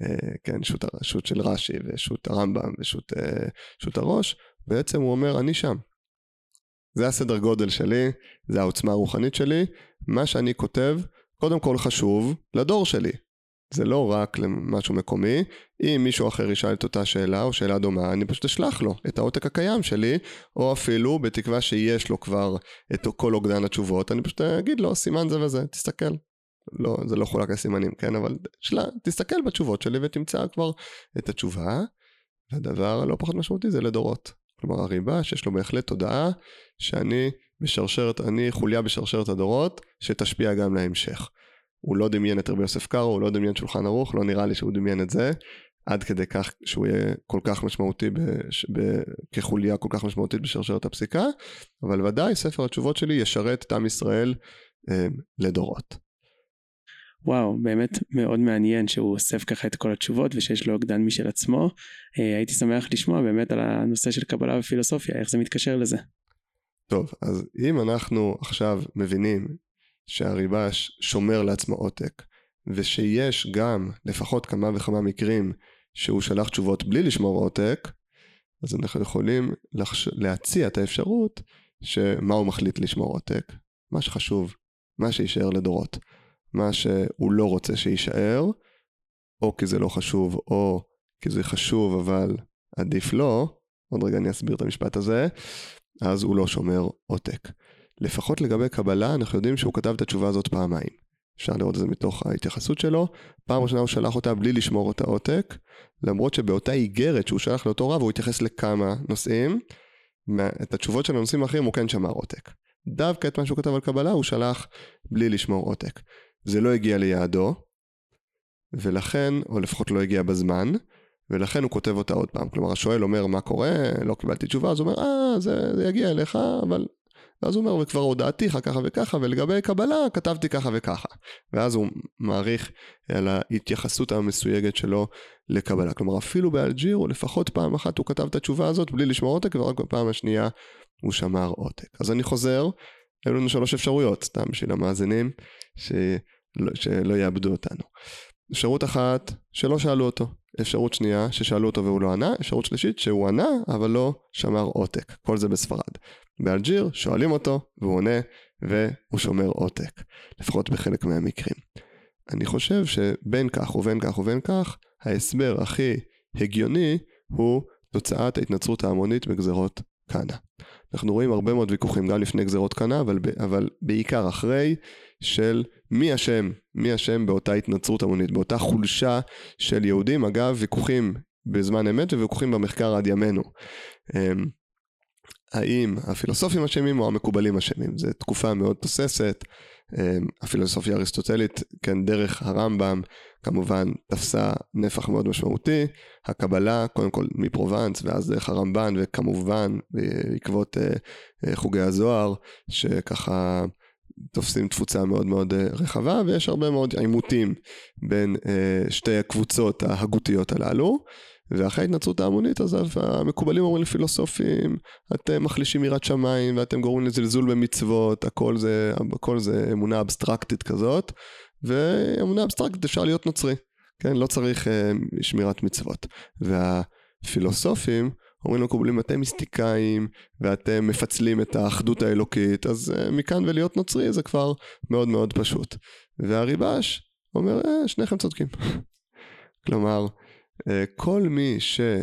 שו"ת של רש"י ושו"ת הרמב"ם ושו"ת הראש, בעצם הוא אומר, אני שם. זה הסדר גודל שלי, זה העוצמה הרוחנית שלי, מה שאני כותב, קודם כל חשוב לדור שלי. זה לא רק למשהו מקומי, אם מישהו אחר ישאל את אותה שאלה או שאלה דומה, אני פשוט אשלח לו את העותק הקיים שלי, או אפילו בתקווה שיש לו כבר את כל אוגדן התשובות, אני פשוט אגיד לו, סימן זה וזה, תסתכל. לא, זה לא חולק לסימנים, כן? אבל תסתכל בתשובות שלי ותמצא כבר את התשובה, והדבר הלא פחות משמעותי זה לדורות. כלומר, הריב"ש יש לו בהחלט תודעה שאני חוליה בשרשרת הדורות, שתשפיע גם להמשך. הוא לא דמיין את רבי יוסף קארו, הוא לא דמיין שולחן ערוך, לא נראה לי שהוא דמיין את זה, עד כדי כך שהוא יהיה כל כך משמעותי, כחוליה כל כך משמעותית בשרשרת הפסיקה, אבל ודאי ספר התשובות שלי ישרת את עם ישראל לדורות. וואו, באמת מאוד מעניין שהוא אוסף ככה את כל התשובות ושיש לו אוגדן משל עצמו. הייתי שמח לשמוע באמת על הנושא של קבלה ופילוסופיה, איך זה מתקשר לזה. טוב, אז אם אנחנו עכשיו מבינים שהריב"ש שומר לעצמו עותק, ושיש גם לפחות כמה וכמה מקרים שהוא שלח תשובות בלי לשמור עותק, אז אנחנו יכולים להציע את האפשרות שמה הוא מחליט לשמור עותק, מה שחשוב, מה שישאר לדורות. מה שהוא לא רוצה שישאר, או כי זה לא חשוב, או כי זה חשוב אבל עדיף לא, עוד רגע אני אסביר את המשפט הזה, אז הוא לא שומר עותק. לפחות לגבי קבלה, אנחנו יודעים שהוא כתב את התשובה הזאת פעמיים. אפשר לראות את זה מתוך ההתייחסות שלו. פעם ראשונה הוא שלח אותה בלי לשמור אותה עותק, למרות שבאותה איגרת שהוא שלח לאותו רב, הוא התייחס לכמה נושאים, את התשובות של הנושאים האחרים הוא כן שמר עותק. דווקא את מה שהוא כתב על קבלה, הוא שלח בלי לשמור עותק. זה לא הגיע ליעדו, ולכן, או לפחות לא הגיע בזמן, ולכן הוא כותב אותה עוד פעם. כלומר, השואל אומר מה קורה, לא קיבלתי תשובה, אז הוא אומר, זה יגיע אליך, אבל... ואז הוא אומר, וכבר הודעתיך ככה וככה, ולגבי קבלה כתבתי ככה וככה. ואז הוא מעריך על ההתייחסות המסויגת שלו לקבלה. כלומר, אפילו באלג'יר, או לפחות פעם אחת הוא כתב את התשובה הזאת בלי לשמור עותק, ורק בפעם השנייה הוא שמר עותק. אז אני חוזר, היו לנו 3 אפשרויות, סתם בשביל המאזינים, שלא יאבדו אותנו. אפשרות אחת, שלא שאלו אותו. אפשרות שנייה, ששאלו אותו והוא לא ענה. אפשרות שלישית, שהוא ענה, אבל לא שמר עותק. כל זה בספרד. באלג'יר, שואלים אותו, והוא עונה, והוא שומר עותק. לפחות בחלק מהמקרים. אני חושב שבין כך ובין כך ובין כך, ההסבר הכי הגיוני הוא תוצאת ההתנצרות ההמונית בגזרות קנה. אנחנו רואים הרבה מאוד ויכוחים גם לפני גזרות קנה, אבל בעיקר אחרי של מי אשם באותה התנצרות המונית, באותה חולשה של יהודים, אגב ויכוחים בזמן אמת וויכוחים במחקר עד ימינו. האם הפילוסופים אשמים או המקובלים אשמים? זו תקופה מאוד תוססת, הפילוסופיה האריסטוטלית, כן, דרך הרמב"ם, כמובן תפסה נפח מאוד משמעותי, הקבלה, קודם כל מפרובנס, ואז דרך הרמב"ן, וכמובן בעקבות חוגי הזוהר, שככה תופסים תפוצה מאוד מאוד רחבה, ויש הרבה מאוד עימותים בין שתי הקבוצות ההגותיות הללו, ואחרי התנצרות ההמונית, אז המקובלים אומרים לפילוסופים, אתם מחלישים יראת שמיים, ואתם גורמים לזלזול במצוות, הכל זה אמונה אבסטרקטית כזאת, ואמונה אבסטרקטית אפשר להיות נוצרי, כן? לא צריך שמירת מצוות. והפילוסופים אומרים למקובלים, אתם מיסטיקאים, ואתם מפצלים את האחדות האלוקית, אז מכאן ולהיות נוצרי זה כבר מאוד מאוד פשוט. והריבש אומר, שניכם צודקים. כלומר, כל מי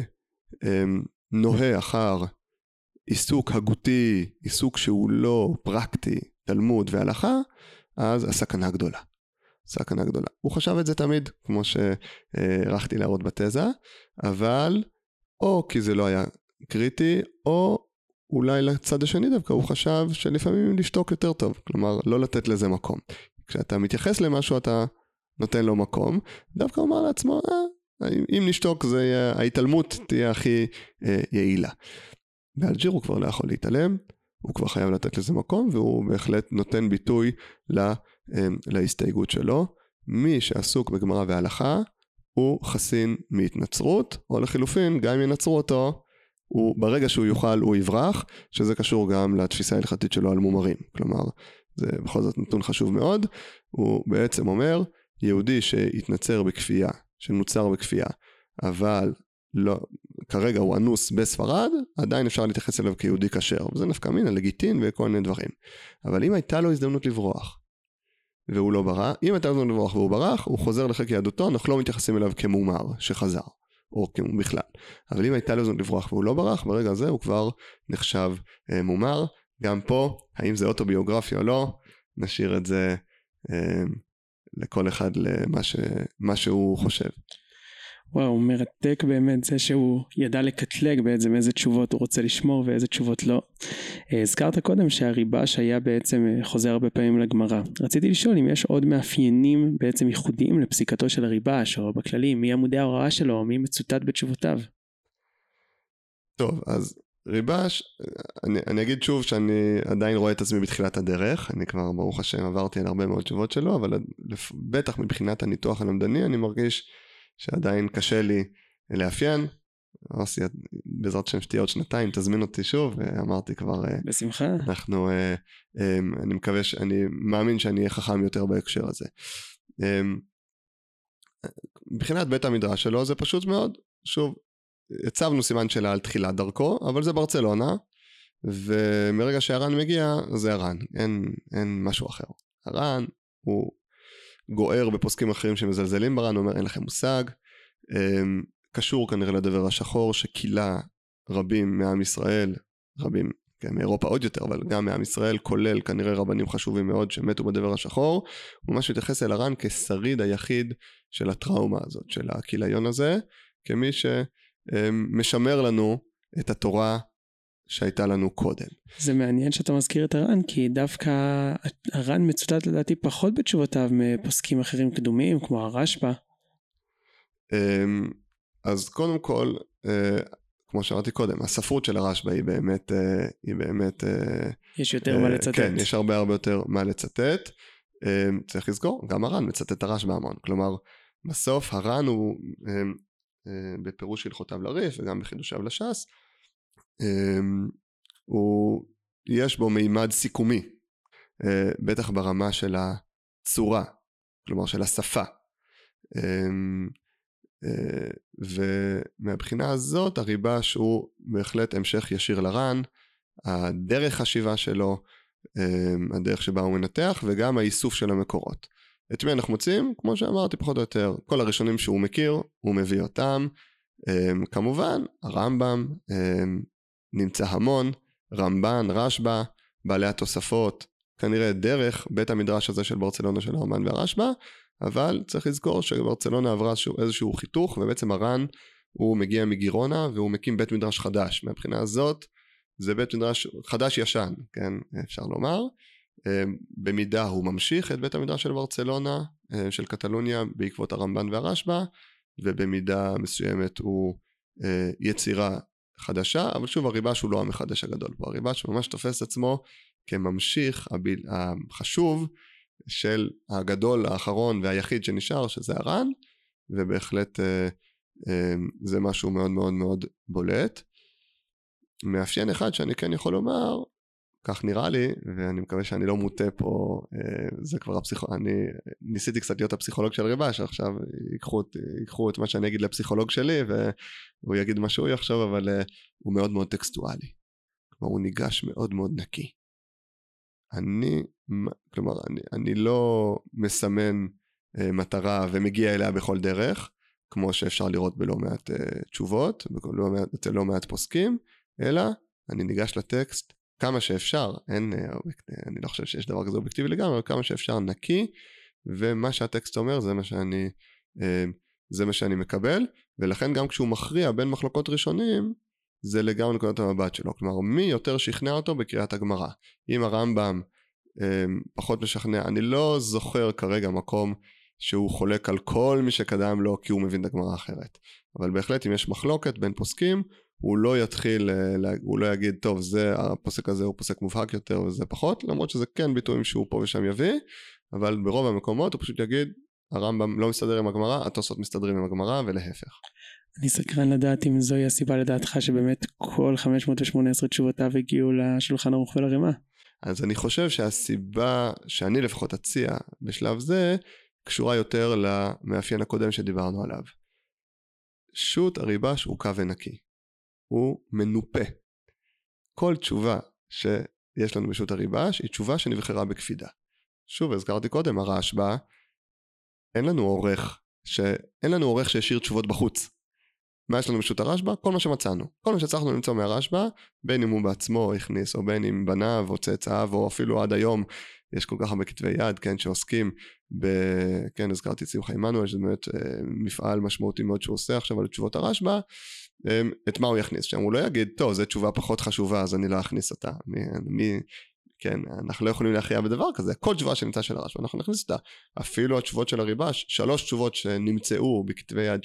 שנוהה אחר עיסוק הגותי, עיסוק שהוא לא פרקטי, תלמוד והלכה, אז הסכנה גדולה. סכנה גדולה. הוא חשב את זה תמיד, כמו שערכתי להראות בתזה, אבל או כי זה לא היה קריטי, או אולי לצד השני דווקא הוא חשב שלפעמים לשתוק יותר טוב, כלומר לא לתת לזה מקום. כשאתה מתייחס למשהו אתה נותן לו מקום, דווקא אומר לעצמו, אם נשתוק זה ההתעלמות תהיה הכי יעילה. באלג'יר הוא כבר לא יכול להתעלם, הוא כבר חייב לתת לזה מקום, והוא בהחלט נותן ביטוי להסתייגות שלו. מי שעסוק בגמרא והלכה, הוא חסין מהתנצרות, או לחילופין, גם אם ינצרו אותו, ברגע שהוא יוכל הוא יברח, שזה קשור גם לתפיסה ההלכתית שלו על מומרים. כלומר, זה בכל זאת נתון חשוב מאוד. הוא בעצם אומר, יהודי שהתנצר בכפייה, שנוצר בכפייה, אבל לא, כרגע הוא אנוס בספרד, עדיין אפשר להתייחס אליו כיהודי כשר, וזה נפקא מינה, לגיטין וכל מיני דברים. אבל אם הייתה לו הזדמנות לברוח, והוא לא ברח, אם הייתה לו הזדמנות לברוח והוא ברח, הוא חוזר לחק יהדותו, אנחנו לא מתייחסים אליו כמומר שחזר, או בכלל. אבל אם הייתה לו הזדמנות לברוח והוא לא ברח, ברגע הזה הוא כבר נחשב מומר. גם פה, האם זה אוטוביוגרפיה או לא, נשאיר את זה לכל אחד למה שהוא חושב. וואו, מרתק באמת זה שהוא ידע לקטלג בעצם איזה תשובות הוא רוצה לשמור ואיזה תשובות לא. הזכרת קודם שהריבש היה בעצם חוזר הרבה פעמים לגמרא. רציתי לשאול אם יש עוד מאפיינים בעצם ייחודיים לפסיקתו של הריבש, או בכללי, מי עמודי ההוראה שלו, או מי מצוטט בתשובותיו. טוב, אז ריבש, אני אגיד שוב שאני עדיין רואה את עצמי בתחילת הדרך, אני כבר ברוך השם עברתי על הרבה מאוד תשובות שלו, אבל בטח מבחינת הניתוח הלמדני אני מרגיש שעדיין קשה לי לאפיין. עושה, בעזרת שם שתהיה עוד שנתיים, תזמין אותי שוב, ואמרתי כבר, בשמחה. אנחנו, אני מקווה, אני מאמין שאני אהיה חכם יותר בהקשר הזה. מבחינת בית המדרש שלו זה פשוט מאוד, שוב, הצבנו סימן שאלה על תחילת דרכו, אבל זה ברצלונה, ומרגע שהר"ן מגיע, זה הר"ן, אין משהו אחר. הר"ן הוא גוער בפוסקים אחרים שמזלזלים בר"ן, הוא אומר אין לכם מושג, קשור כנראה לדבר השחור שקילה רבים מעם ישראל, רבים כן, מאירופה עוד יותר, אבל גם מעם ישראל, כולל כנראה רבנים חשובים מאוד שמתו בדבר השחור, הוא ממש מתייחס אל הר"ן כשריד היחיד של הטראומה הזאת, של הכיליון הזה, כמי שמשמר לנו את התורה שהייתה לנו קודם. זה מעניין שאתה מזכיר את הר"ן, כי דווקא הר"ן מצוטט לדעתי פחות בתשובותיו מפוסקים אחרים קדומים, כמו הרשב"א. אז קודם כל, כמו שאמרתי קודם, הספרות של הרשב"א היא באמת... יש יותר מה לצטט. כן, יש הרבה יותר מה לצטט. צריך לזכור, גם הר"ן מצטט את הרשב"א המון. כלומר, בסוף הר"ן הוא בפירוש הלכותיו לריף, וגם בחידושיו לש"ס, יש בו מימד סיכומי, בטח ברמה של הצורה, כלומר של השפה. ומהבחינה הזאת הריב"ש הוא בהחלט המשך ישיר לר"ן, הדרך חשיבה שלו, הדרך שבה הוא מנתח, וגם האיסוף של המקורות. את מי אנחנו מוצאים? כמו שאמרתי פחות או יותר, כל הראשונים שהוא מכיר, הוא מביא אותם, כמובן הרמב"ם נמצא המון, רמב"ן, רשב"א, בעלי התוספות, כנראה דרך בית המדרש הזה של ברצלונה של הרמב"ן והרשב"א, אבל צריך לזכור שברצלונה עברה איזשהו חיתוך, ובעצם הר"ן הוא מגיע מגירונה והוא מקים בית מדרש חדש. מהבחינה הזאת זה בית מדרש חדש ישן, כן, אפשר לומר. במידה הוא ממשיך את בית המדרש של ברצלונה, של קטלוניה, בעקבות הרמב"ן והרשב"א, ובמידה מסוימת הוא יצירה חדשה, אבל שוב הריב"ש הוא לא המחדש הגדול פה, הריב"ש ממש תופס עצמו כממשיך החשוב של הגדול האחרון והיחיד שנשאר, שזה הר"ן, ובהחלט זה משהו מאוד מאוד מאוד בולט. מאפיין אחד שאני כן יכול לומר, כך נראה לי, ואני מקווה שאני לא מוטה פה, זה כבר אני ניסיתי קצת להיות הפסיכולוג של ריב"ש, עכשיו ייקחו את מה שאני אגיד לפסיכולוג שלי, והוא יגיד מה שהוא יחשוב, אבל הוא מאוד מאוד טקסטואלי. כלומר, הוא ניגש מאוד מאוד נקי. אני לא מסמן מטרה ומגיע אליה בכל דרך, כמו שאפשר לראות בלא מעט תשובות, בלא מעט פוסקים, אלא אני ניגש לטקסט כמה שאפשר, אני לא חושב שיש דבר כזה אובייקטיבי לגמרי, אבל כמה שאפשר נקי, ומה שהטקסט אומר זה מה שאני מקבל, ולכן גם כשהוא מכריע בין מחלוקות ראשונים, זה לגמרי נקודת המבט שלו, כלומר מי יותר שכנע אותו בקריאת הגמרא. אם הרמב"ם פחות משכנע, אני לא זוכר כרגע מקום שהוא חולק על כל מי שקדם לו כי הוא מבין את הגמרא אחרת, אבל בהחלט אם יש מחלוקת בין פוסקים, הוא לא יתחיל, הוא לא יגיד טוב זה הפוסק הזה הוא פוסק מובהק יותר וזה פחות, למרות שזה כן ביטויים שהוא פה ושם יביא, אבל ברוב המקומות הוא פשוט יגיד הרמב"ם לא מסתדר עם הגמרא, התוספות מסתדרים עם הגמרא ולהפך. אני סקרן לדעת אם זוהי הסיבה לדעתך שבאמת כל 518 תשובותיו הגיעו לשולחן ערוך ולרימה. אז אני חושב שהסיבה שאני לפחות אציע בשלב זה קשורה יותר למאפיין הקודם שדיברנו עליו. שו"ת הריב"ש הוא קו ונקי, הוא מנופה. כל תשובה שיש לנו בשו"ת הריב"ש היא תשובה שנבחרה בקפידה. שוב הזכרתי קודם, הרשב"א, אין לנו עורך שהשאיר תשובות בחוץ. מה יש לנו בשו"ת הרשב"א? כל מה שמצאנו. כל מה שצריכנו למצוא מהרשב"א, בין אם הוא בעצמו הכניס, או בין אם בניו, או צאצאיו, או אפילו עד היום, יש כל כך הרבה כתבי יד, כן, שעוסקים כן, הזכרתי את שמחה עמנואל, שזה באמת מפעל משמעותי מאוד שהוא עושה עכשיו על תשובות הרשב"א, את מה הוא יכניס שם? הוא לא יגיד, טוב, זו תשובה פחות חשובה, אז אני לא אכניס אותה. כן, אנחנו לא יכולים להכריע בדבר כזה, כל תשובה שנמצא של הרשב"א, אנחנו נכניס אותה. אפילו התשובות של הריב"ש, 3 תשובות שנמצאו בכתבי יד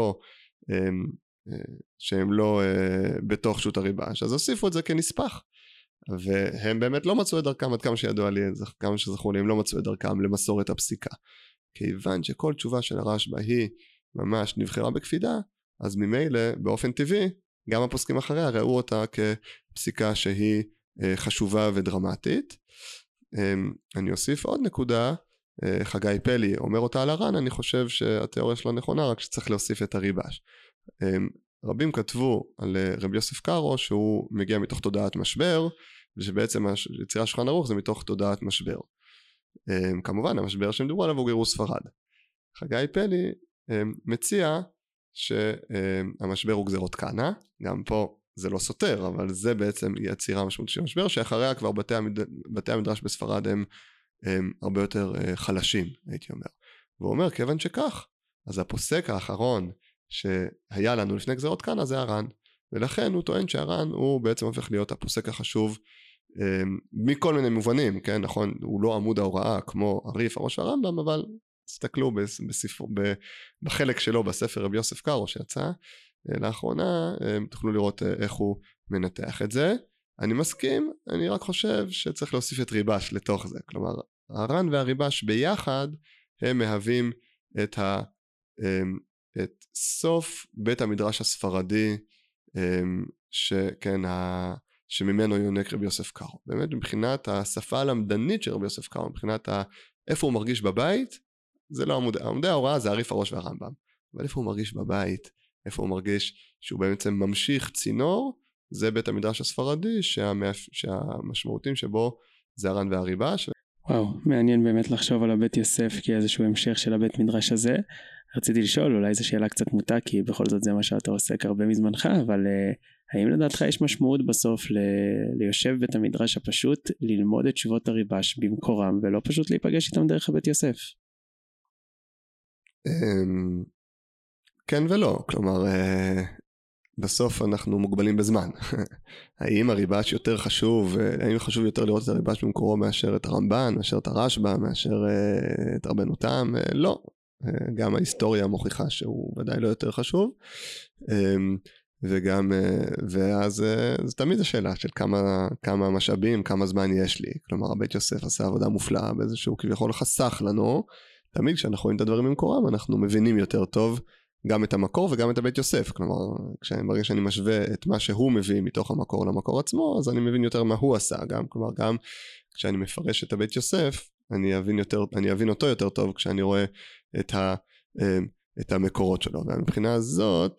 שהם לא בתוך שו"ת הריב"ש, אז הוסיפו את זה כנספח, והם באמת לא מצאו את דרכם, עד כמה שידוע לי, כמה שזכור לי, הם לא מצאו את דרכם למסורת הפסיקה. כיוון שכל תשובה של הרשב"א היא ממש נבחרה בקפידה, אז ממילא באופן טבעי, גם הפוסקים אחריה ראו אותה כפסיקה שהיא חשובה ודרמטית. אני אוסיף עוד נקודה, חגי פלי אומר אותה על הר"ן, אני חושב שהתיאוריה שלו נכונה, רק שצריך להוסיף את הריב"ש. רבים כתבו על רבי יוסף קארו שהוא מגיע מתוך תודעת משבר, ושבעצם היצירה שולחן ערוך זה מתוך תודעת משבר. כמובן המשבר שהם דיברו עליו הוא גירוש ספרד. חגי פלי מציע שהמשבר הוא גזרות כהנא, גם פה זה לא סותר, אבל זה בעצם היא הצירה המשמעותית של המשבר, שאחריה כבר בתי המדרש בספרד הם הרבה יותר חלשים, הייתי אומר. והוא אומר, כיוון שכך, אז הפוסק האחרון שהיה לנו לפני גזרות כהנא זה הר"ן, ולכן הוא טוען שהר"ן הוא בעצם הופך להיות הפוסק החשוב מכל מיני מובנים, כן, נכון, הוא לא עמוד ההוראה כמו הריף, הראש והרמב"ם, אבל תסתכלו בחלק שלו בספר רבי יוסף קארו שיצא לאחרונה, תוכלו לראות איך הוא מנתח את זה. אני מסכים, אני רק חושב שצריך להוסיף את ריבש לתוך זה, כלומר הר"ן והריבש ביחד הם מהווים את סוף בית המדרש הספרדי שממנו יונק רבי יוסף קארו. באמת מבחינת השפה הלמדנית של רבי יוסף קארו, מבחינת איפה הוא מרגיש בבית, זה לא עמודי ההוראה, זה הריף, הראש והרמב"ם. אבל איפה הוא מרגיש בבית, איפה הוא מרגיש שהוא בעצם ממשיך צינור, זה בית המדרש הספרדי שהמשמעותים שבו זה הר"ן והריבש. וואו, מעניין באמת לחשוב על הבית יוסף כאיזשהו המשך של הבית מדרש הזה. רציתי לשאול, אולי זו שאלה קצת מוטה, כי בכל זאת זה מה שאתה עוסק הרבה מזמנך, אבל האם לדעתך יש משמעות בסוף ליושב בית המדרש הפשוט, ללמוד את תשובות הריבש במקורם, ולא פשוט להיפגש איתם דרך הבית יוסף? כן ולא, כלומר בסוף אנחנו מוגבלים בזמן. האם הריבש יותר חשוב, האם חשוב יותר לראות את הריבש במקורו מאשר את הרמב"ן, מאשר את הרשב"א, מאשר את רבנו תם? לא. גם ההיסטוריה מוכיחה שהוא ודאי לא יותר חשוב, וגם, ואז זה תמיד השאלה של כמה משאבים, כמה זמן יש לי. כלומר, הבית יוסף עשה עבודה מופלאה באיזשהו כביכול חסך לנו. תמיד כשאנחנו רואים את הדברים במקורם, אנחנו מבינים יותר טוב גם את המקור וגם את הבית יוסף. כלומר, ברגע שאני משווה את מה שהוא מביא מתוך המקור למקור עצמו, אז אני מבין יותר מה הוא עשה. כלומר, גם כשאני מפרש את הבית יוסף, אני אבין אותו יותר טוב כשאני רואה את המקורות שלו. ומבחינה הזאת,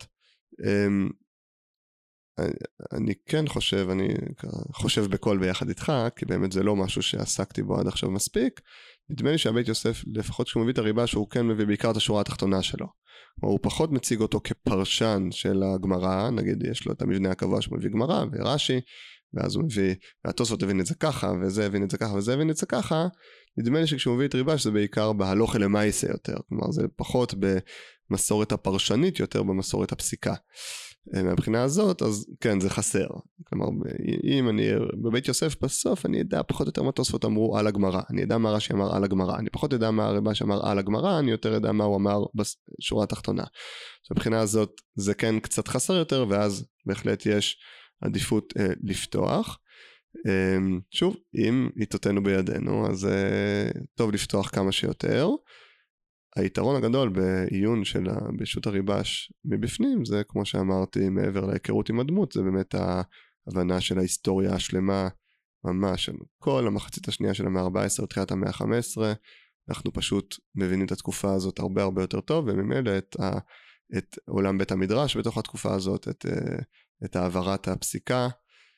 אני כן חושב, אני חושב בכל ביחד איתך, כי באמת זה לא משהו שעסקתי בו עד עכשיו מספיק. נדמה לי שהבית יוסף, לפחות כשהוא מביא את הריבש, הוא כן מביא בעיקר את השורה התחתונה שלו. הוא פחות מציג אותו כפרשן של הגמרא, נגיד יש לו את המבנה הקבוע שהוא מביא גמרא ורש"י, ואז הוא מביא, והתוספות הבין את זה ככה, וזה הבין את זה ככה, וזה הבין את זה ככה. נדמה לי שכשהוא מביא את ריבש זה בעיקר בהלוכה למעשה יותר, כלומר זה פחות במסורת הפרשנית, יותר במסורת הפסיקה. מהבחינה הזאת, אז כן, זה חסר. כלומר, אם אני בבית יוסף בסוף, אני ידע פחות או יותר מה תוספות אמרו על הגמרא. אני ידע מה רש"י אמר על הגמרא. אני פחות ידע מה הריבש אמר על הגמרא, אני יותר ידע מה הוא אמר בשורה התחתונה. מבחינה הזאת, זה כן קצת חסר יותר, ואז בהחלט יש עדיפות לפתוח. שוב, אם עיתותינו בידינו, אז טוב לפתוח כמה שיותר. היתרון הגדול בעיון של בשו"ת הריבש מבפנים, זה כמו שאמרתי, מעבר להיכרות עם הדמות, זה באמת ההבנה של ההיסטוריה השלמה, ממש, כל המחצית השנייה של המאה ה-14, תחילת המאה ה-15, אנחנו פשוט מבינים את התקופה הזאת הרבה הרבה יותר טוב, וממילא את עולם בית המדרש בתוך התקופה הזאת, את העברת הפסיקה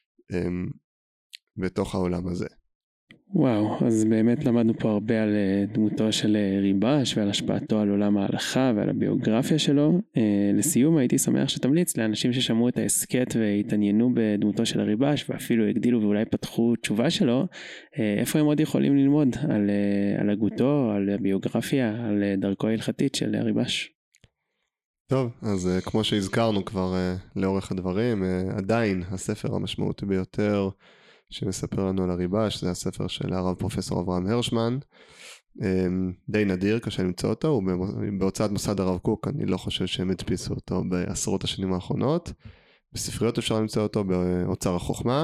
בתוך העולם הזה. וואו, אז באמת למדנו פה הרבה על דמותו של ריבש ועל השפעתו על עולם ההלכה ועל הביוגרפיה שלו. לסיום הייתי שמח שתמליץ לאנשים ששמעו את ההסקט והתעניינו בדמותו של הריבש ואפילו הגדילו ואולי פתחו תשובה שלו, איפה הם עוד יכולים ללמוד על הגותו, על הביוגרפיה, על דרכו ההלכתית של הריבש? טוב, אז כמו שהזכרנו כבר לאורך הדברים, עדיין הספר המשמעותי ביותר שמספר לנו על הריבש, זה הספר של הרב פרופסור אברהם הרשמן, די נדיר קשה למצוא אותו, הוא בהוצאת מוסד הרב קוק, אני לא חושב שהם הדפיסו אותו בעשרות השנים האחרונות, בספריות אפשר למצוא אותו באוצר החוכמה,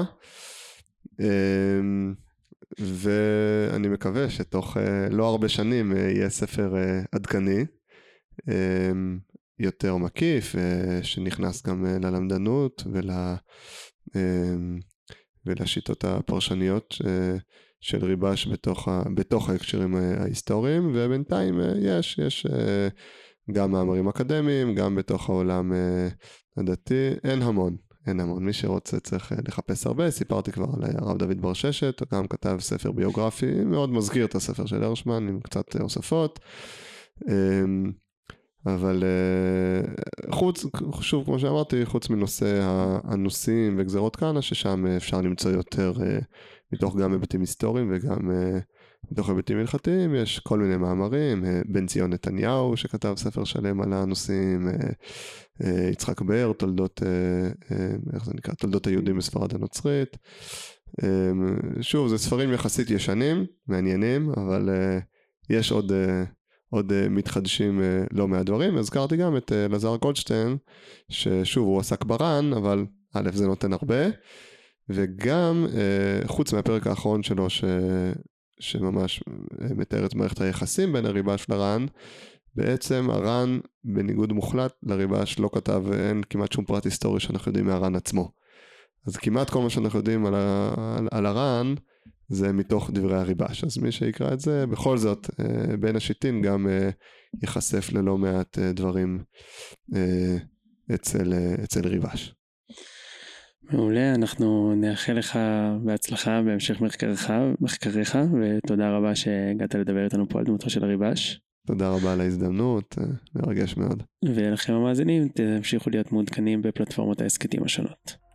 ואני מקווה שתוך לא הרבה שנים יהיה ספר עדכני, יותר מקיף, שנכנס גם ללמדנות ולשיטות הפרשניות של ריבש בתוך ההקשרים ההיסטוריים, ובינתיים יש גם מאמרים אקדמיים, גם בתוך העולם הדתי, אין אין המון. מי שרוצה צריך לחפש הרבה. סיפרתי כבר על הרב דוד בר ששת, הוא גם כתב ספר ביוגרפי, מאוד מזכיר את הספר של הרשמן, עם קצת הוספות. אבל שוב, כמו שאמרתי, חוץ מנושא הנושאים וגזרות כהנא, ששם אפשר למצוא יותר מתוך גם היבטים היסטוריים וגם מתוך היבטים הלכתיים, יש כל מיני מאמרים, בן ציון נתניהו שכתב ספר שלם על הנושאים, יצחק באר, איך זה נקרא? תולדות היהודים בספרד הנוצרית. שוב, זה ספרים יחסית ישנים, מעניינים, אבל יש עוד מתחדשים לא מהדברים. הזכרתי גם את אלעזר גולדשטיין, ששוב הוא עסק בר"ן, אבל א' זה נותן הרבה, וגם חוץ מהפרק האחרון שלו שממש מתאר את מערכת היחסים בין הריב"ש לר"ן, בעצם הר"ן בניגוד מוחלט לריב"ש לא כתב, אין כמעט שום פרט היסטורי שאנחנו יודעים מהר"ן עצמו. אז כמעט כל מה שאנחנו יודעים על הר"ן זה מתוך דברי הריב"ש. אז מי שיקרא את זה, בכל זאת, בין השיטין גם ייחשף ללא מעט דברים אצל ריב"ש. מעולה, אנחנו נאחל לך בהצלחה בהמשך מחקריך, ותודה רבה שהגעת לדבר איתנו פה על דמותו של הריב"ש. תודה רבה על ההזדמנות, מרגש מאוד. ולכם המאזינים, תמשיכו להיות מעודכנים בפלטפורמות ההסכתים השונות.